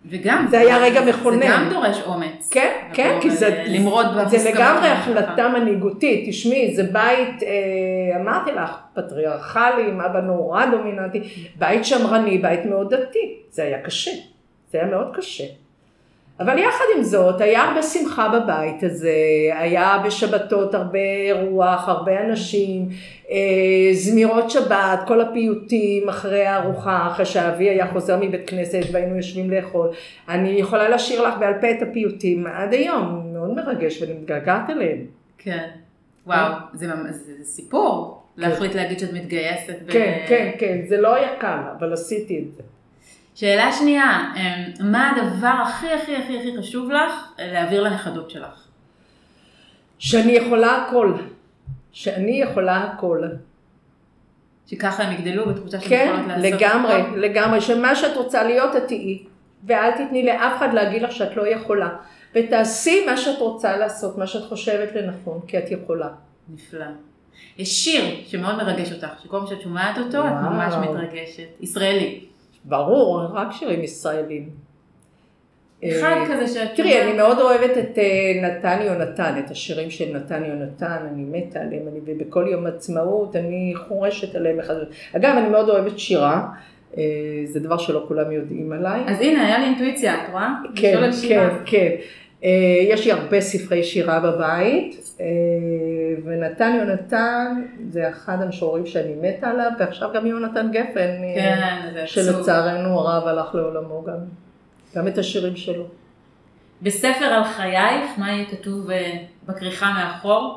וגם, זה היה רגע מכונן. זה גם דורש אומץ. כן, כן, כי למרוד זה לגמרי החלטה מנהיגותית. תשמעי, זה בית, אמרתי לך, פטריארכלי, עם אבא נורא דומיננטי, בית שמרני, בית מאוד דתי. זה היה קשה, זה היה מאוד קשה. אבל יחד עם זאת, היה הרבה שמחה בבית הזה, היה בשבתות הרבה רוח, הרבה אנשים, זמירות שבת, כל הפיוטים אחרי הארוחה, אחרי שאבי היה חוזר מבית כנסת והיינו יושבים לאכול. אני יכולה לשיר לך בעל פה את הפיוטים עד היום, מאוד מרגש ואני מתגעגעת אליהם. כן, וואו, זה סיפור, להחליט להגיד שאת מתגייסת. כן, כן, כן, זה לא היה קל, אבל עשיתי את זה. שאלה שנייה, מה הדבר הכי הכי הכי הכי חשוב לך להעביר לנכדות שלך? שאני יכולה הכל. שאני יכולה הכל. שככה הם יגדלו בתחושה שהם כן, יכולות לעשות. לגמרי, לגמרי. שמה שאת רוצה להיות, את תהיי. ואל תתני לאף אחד להגיד לך שאת לא יכולה. ותעשי מה שאת רוצה לעשות, מה שאת חושבת לנכון, כי את יכולה. נפלא. יש שיר שמאוד מרגש אותך, שכל מה שאת שומעת אותו, את ממש מתרגשת. ישראלי. ברור, רק שירים ישראלים. אחד כזה שאת... תראי, אני מאוד אוהבת את נתן יונתן, את השירים של נתן יונתן, אני מתה עליהם, ובכל יום עצמאות אני חורשת עליהם. אגב, אני מאוד אוהבת שירה, זה דבר שלא כולם יודעים עליי. אז הנה, היה לי אינטואיציה, את רואה? כן, כן, כן. יש לי הרבה ספרי שירה בבית, ונתן יונתן זה אחד המשוררים שאני מתה עליו, ועכשיו גם יונתן גפן, שלצערנו הרב הלך לעולמו גם את השירים שלו. בספר על חייך, מה יהיה כתוב בכריכה מאחור?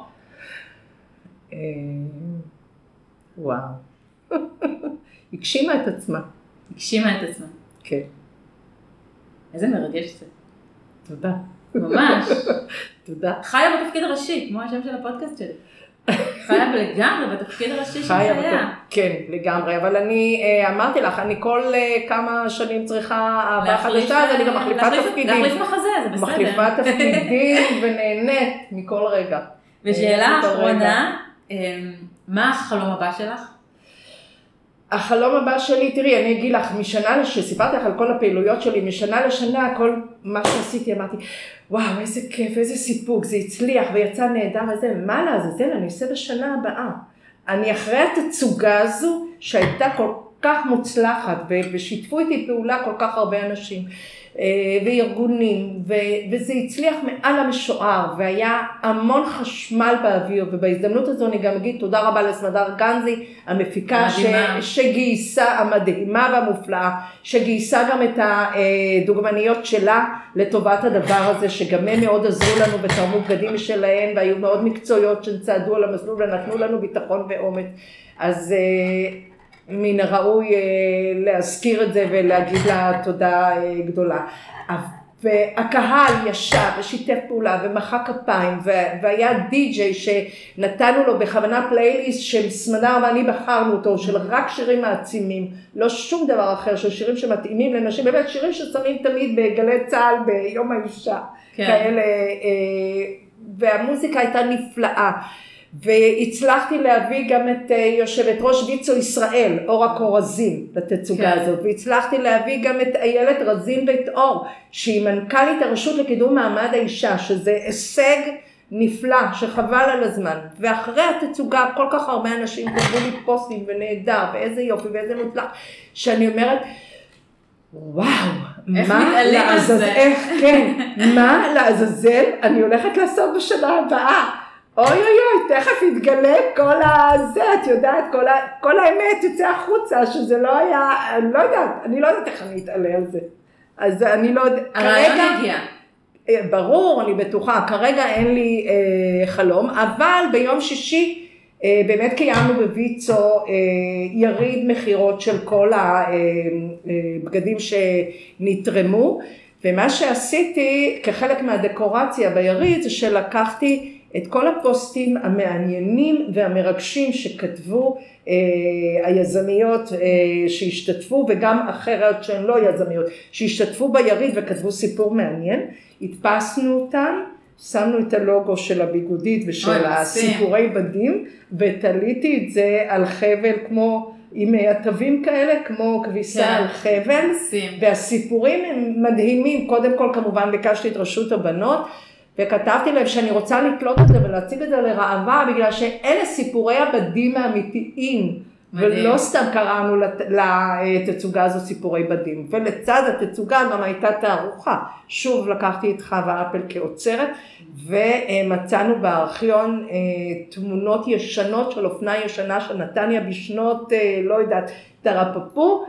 וואו. הגשימה את עצמה. הגשימה את עצמה. כן. איזה מרגש זה. תודה. ממש. תודה. חיה בתפקיד הראשי, כמו השם של הפודקאסט שלי. חיה לגמרי בתפקיד הראשי של חיה. כן, לגמרי, אבל אני אמרתי לך, אני כל כמה שנים צריכה אהבה חדשה, אז אני גם מחליפה תפקידים. להחליף מחזה, זה בסדר. מחליפה תפקידים ונהנית מכל רגע. ושאלה אחרונה, מה החלום הבא שלך? החלום הבא שלי, תראי, אני אגיד לך, שסיפרתי לך על כל הפעילויות שלי, משנה לשנה, כל מה שעשיתי, אמרתי, וואו, איזה כיף, איזה סיפוק, זה הצליח ויצא נהדר, וזה, מה לעזאזל, אני אעשה בשנה הבאה. אני אחרי התצוגה הזו, שהייתה כל כך מוצלחת, ושיתפו איתי פעולה כל כך הרבה אנשים, וארגונים, וזה הצליח מעל המשוער, והיה המון חשמל באוויר, ובהזדמנות הזו אני גם אגיד תודה רבה לסמדר גנזי, המפיקה שגייסה, המדהימה והמופלאה, שגייסה גם את הדוגמניות שלה לטובת הדבר הזה, שגם הם מאוד עזרו לנו ותרמו בגדים שלהם, והיו מאוד מקצועיות שצעדו על המסלול ונתנו לנו ביטחון ואומץ. אז מן הראוי להזכיר את זה ולהגיד לה תודה גדולה. והקהל ישב ושיתף פעולה ומחא כפיים, והיה די-ג'יי שנתנו לו בכוונה פלייליסט של סמדר ואני בחרנו אותו, של רק שירים מעצימים, לא שום דבר אחר, של שירים שמתאימים לנשים, באמת שירים ששמים תמיד בגלי צהל ביום האישה, כן. כאלה, והמוזיקה הייתה נפלאה. והצלחתי להביא גם את יושבת ראש ויצו ישראל, אורה קורזין, לתצוגה הזאת, והצלחתי להביא גם את איילת רזין בית אור, שהיא מנכ"לית הרשות לקידום מעמד האישה, שזה הישג נפלא, שחבל על הזמן. ואחרי התצוגה כל כך הרבה אנשים כתבו לי פוסטים ונהדר, ואיזה יופי ואיזה מוצלח, שאני אומרת, וואו, מה לעזאזל אני הולכת לעשות בשנה הבאה? אוי אוי אוי, תכף יתגלה כל הזה, את יודעת, כל האמת יוצא החוצה, שזה לא היה, אני לא יודעת איך אני אתעלה על זה. אז אני לא יודעת, הרעיון הגיע. ברור, אני בטוחה, כרגע אין לי חלום, אבל ביום שישי באמת קיימנו בויצו יריד מחירות של כל הבגדים שנתרמו, ומה שעשיתי כחלק מהדקורציה ביריד זה שלקחתי את כל הפוסטים המעניינים והמרגשים שכתבו היזמיות שהשתתפו, וגם אחרת שהן לא יזמיות, שהשתתפו ביריד וכתבו סיפור מעניין, הדפסנו אותם, שמנו את הלוגו של הביגודית ושל הסיפורי בדים, ותליתי את זה על חבל כמו עם עטבים כאלה, כמו כביסה על חבל, והסיפורים הם מדהימים. קודם כל, כמובן, ביקשתי את רשות הבנות, וכתבתי להם שאני רוצה לתלות את זה ולהציג את זה לראווה, בגלל שאלה סיפורי הבדים האמיתיים, ולא סתם קראנו לתצוגה הזו סיפורי בדים. ולצד התצוגה גם הייתה תערוכה. שוב לקחתי את חווה אפל כאוצרת, ומצאנו בארכיון תמונות ישנות של אופנה ישנה של נתניה בשנות, לא יודעת, תרפפו,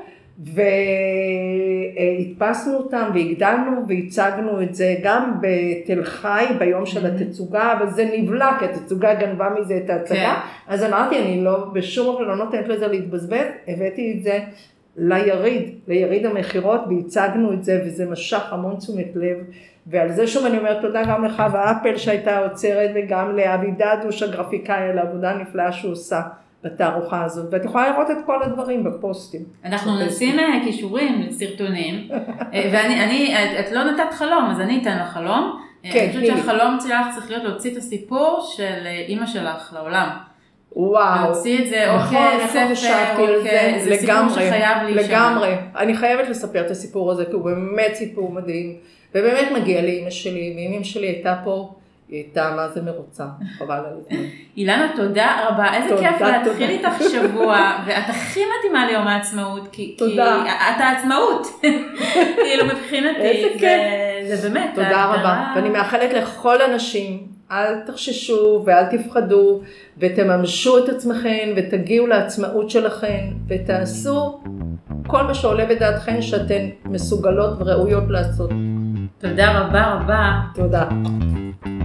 והדפסנו אותם והגדלנו והצגנו את זה גם בתל חי ביום של התצוגה, אבל זה נבלע כי התצוגה גנבה מזה את ההצגה, אז אמרתי אני לא בשום אופן לא נותנת לזה להתבזבז, הבאתי את זה ליריד המחירות והצגנו את זה, וזה משך המון תשומת לב, ועל זה שוב אני אומרת תודה גם לחווה אפל שהייתה עוצרת, וגם לאבי דדוש הגרפיקאי על העבודה הנפלאה שהוא עושה בתערוכה הזאת, ואת יכולה לראות את כל הדברים בפוסטים. אנחנו נשים קישורים לסרטונים, את לא נתת חלום, אז אני אתן לך חלום. אני חושבת שהחלום שלך צריך להיות להוציא את הסיפור של אמא שלך לעולם. וואו. להוציא את זה, או כספר, או זה סיפור שחייב להישמע. לגמרי. אני חייבת לספר את הסיפור הזה, כי הוא באמת סיפור מדהים, ובאמת מגיע לאמא שלי, ואמא שלי הייתה פה, היא הייתה מה זה מרוצה, חבל על זה. אילנה, תודה רבה, איזה כיף להתחיל איתך שבוע, ואת הכי מתאימה ליום העצמאות, כי את העצמאות, כאילו מבחינתי, זה באמת. תודה רבה, ואני מאחלת לכל אנשים, אל תחששו ואל תפחדו, ותממשו את עצמכם, ותגיעו לעצמאות שלכם, ותעשו כל מה שעולה בדעתכם שאתן מסוגלות וראויות לעשות. תודה רבה רבה. תודה.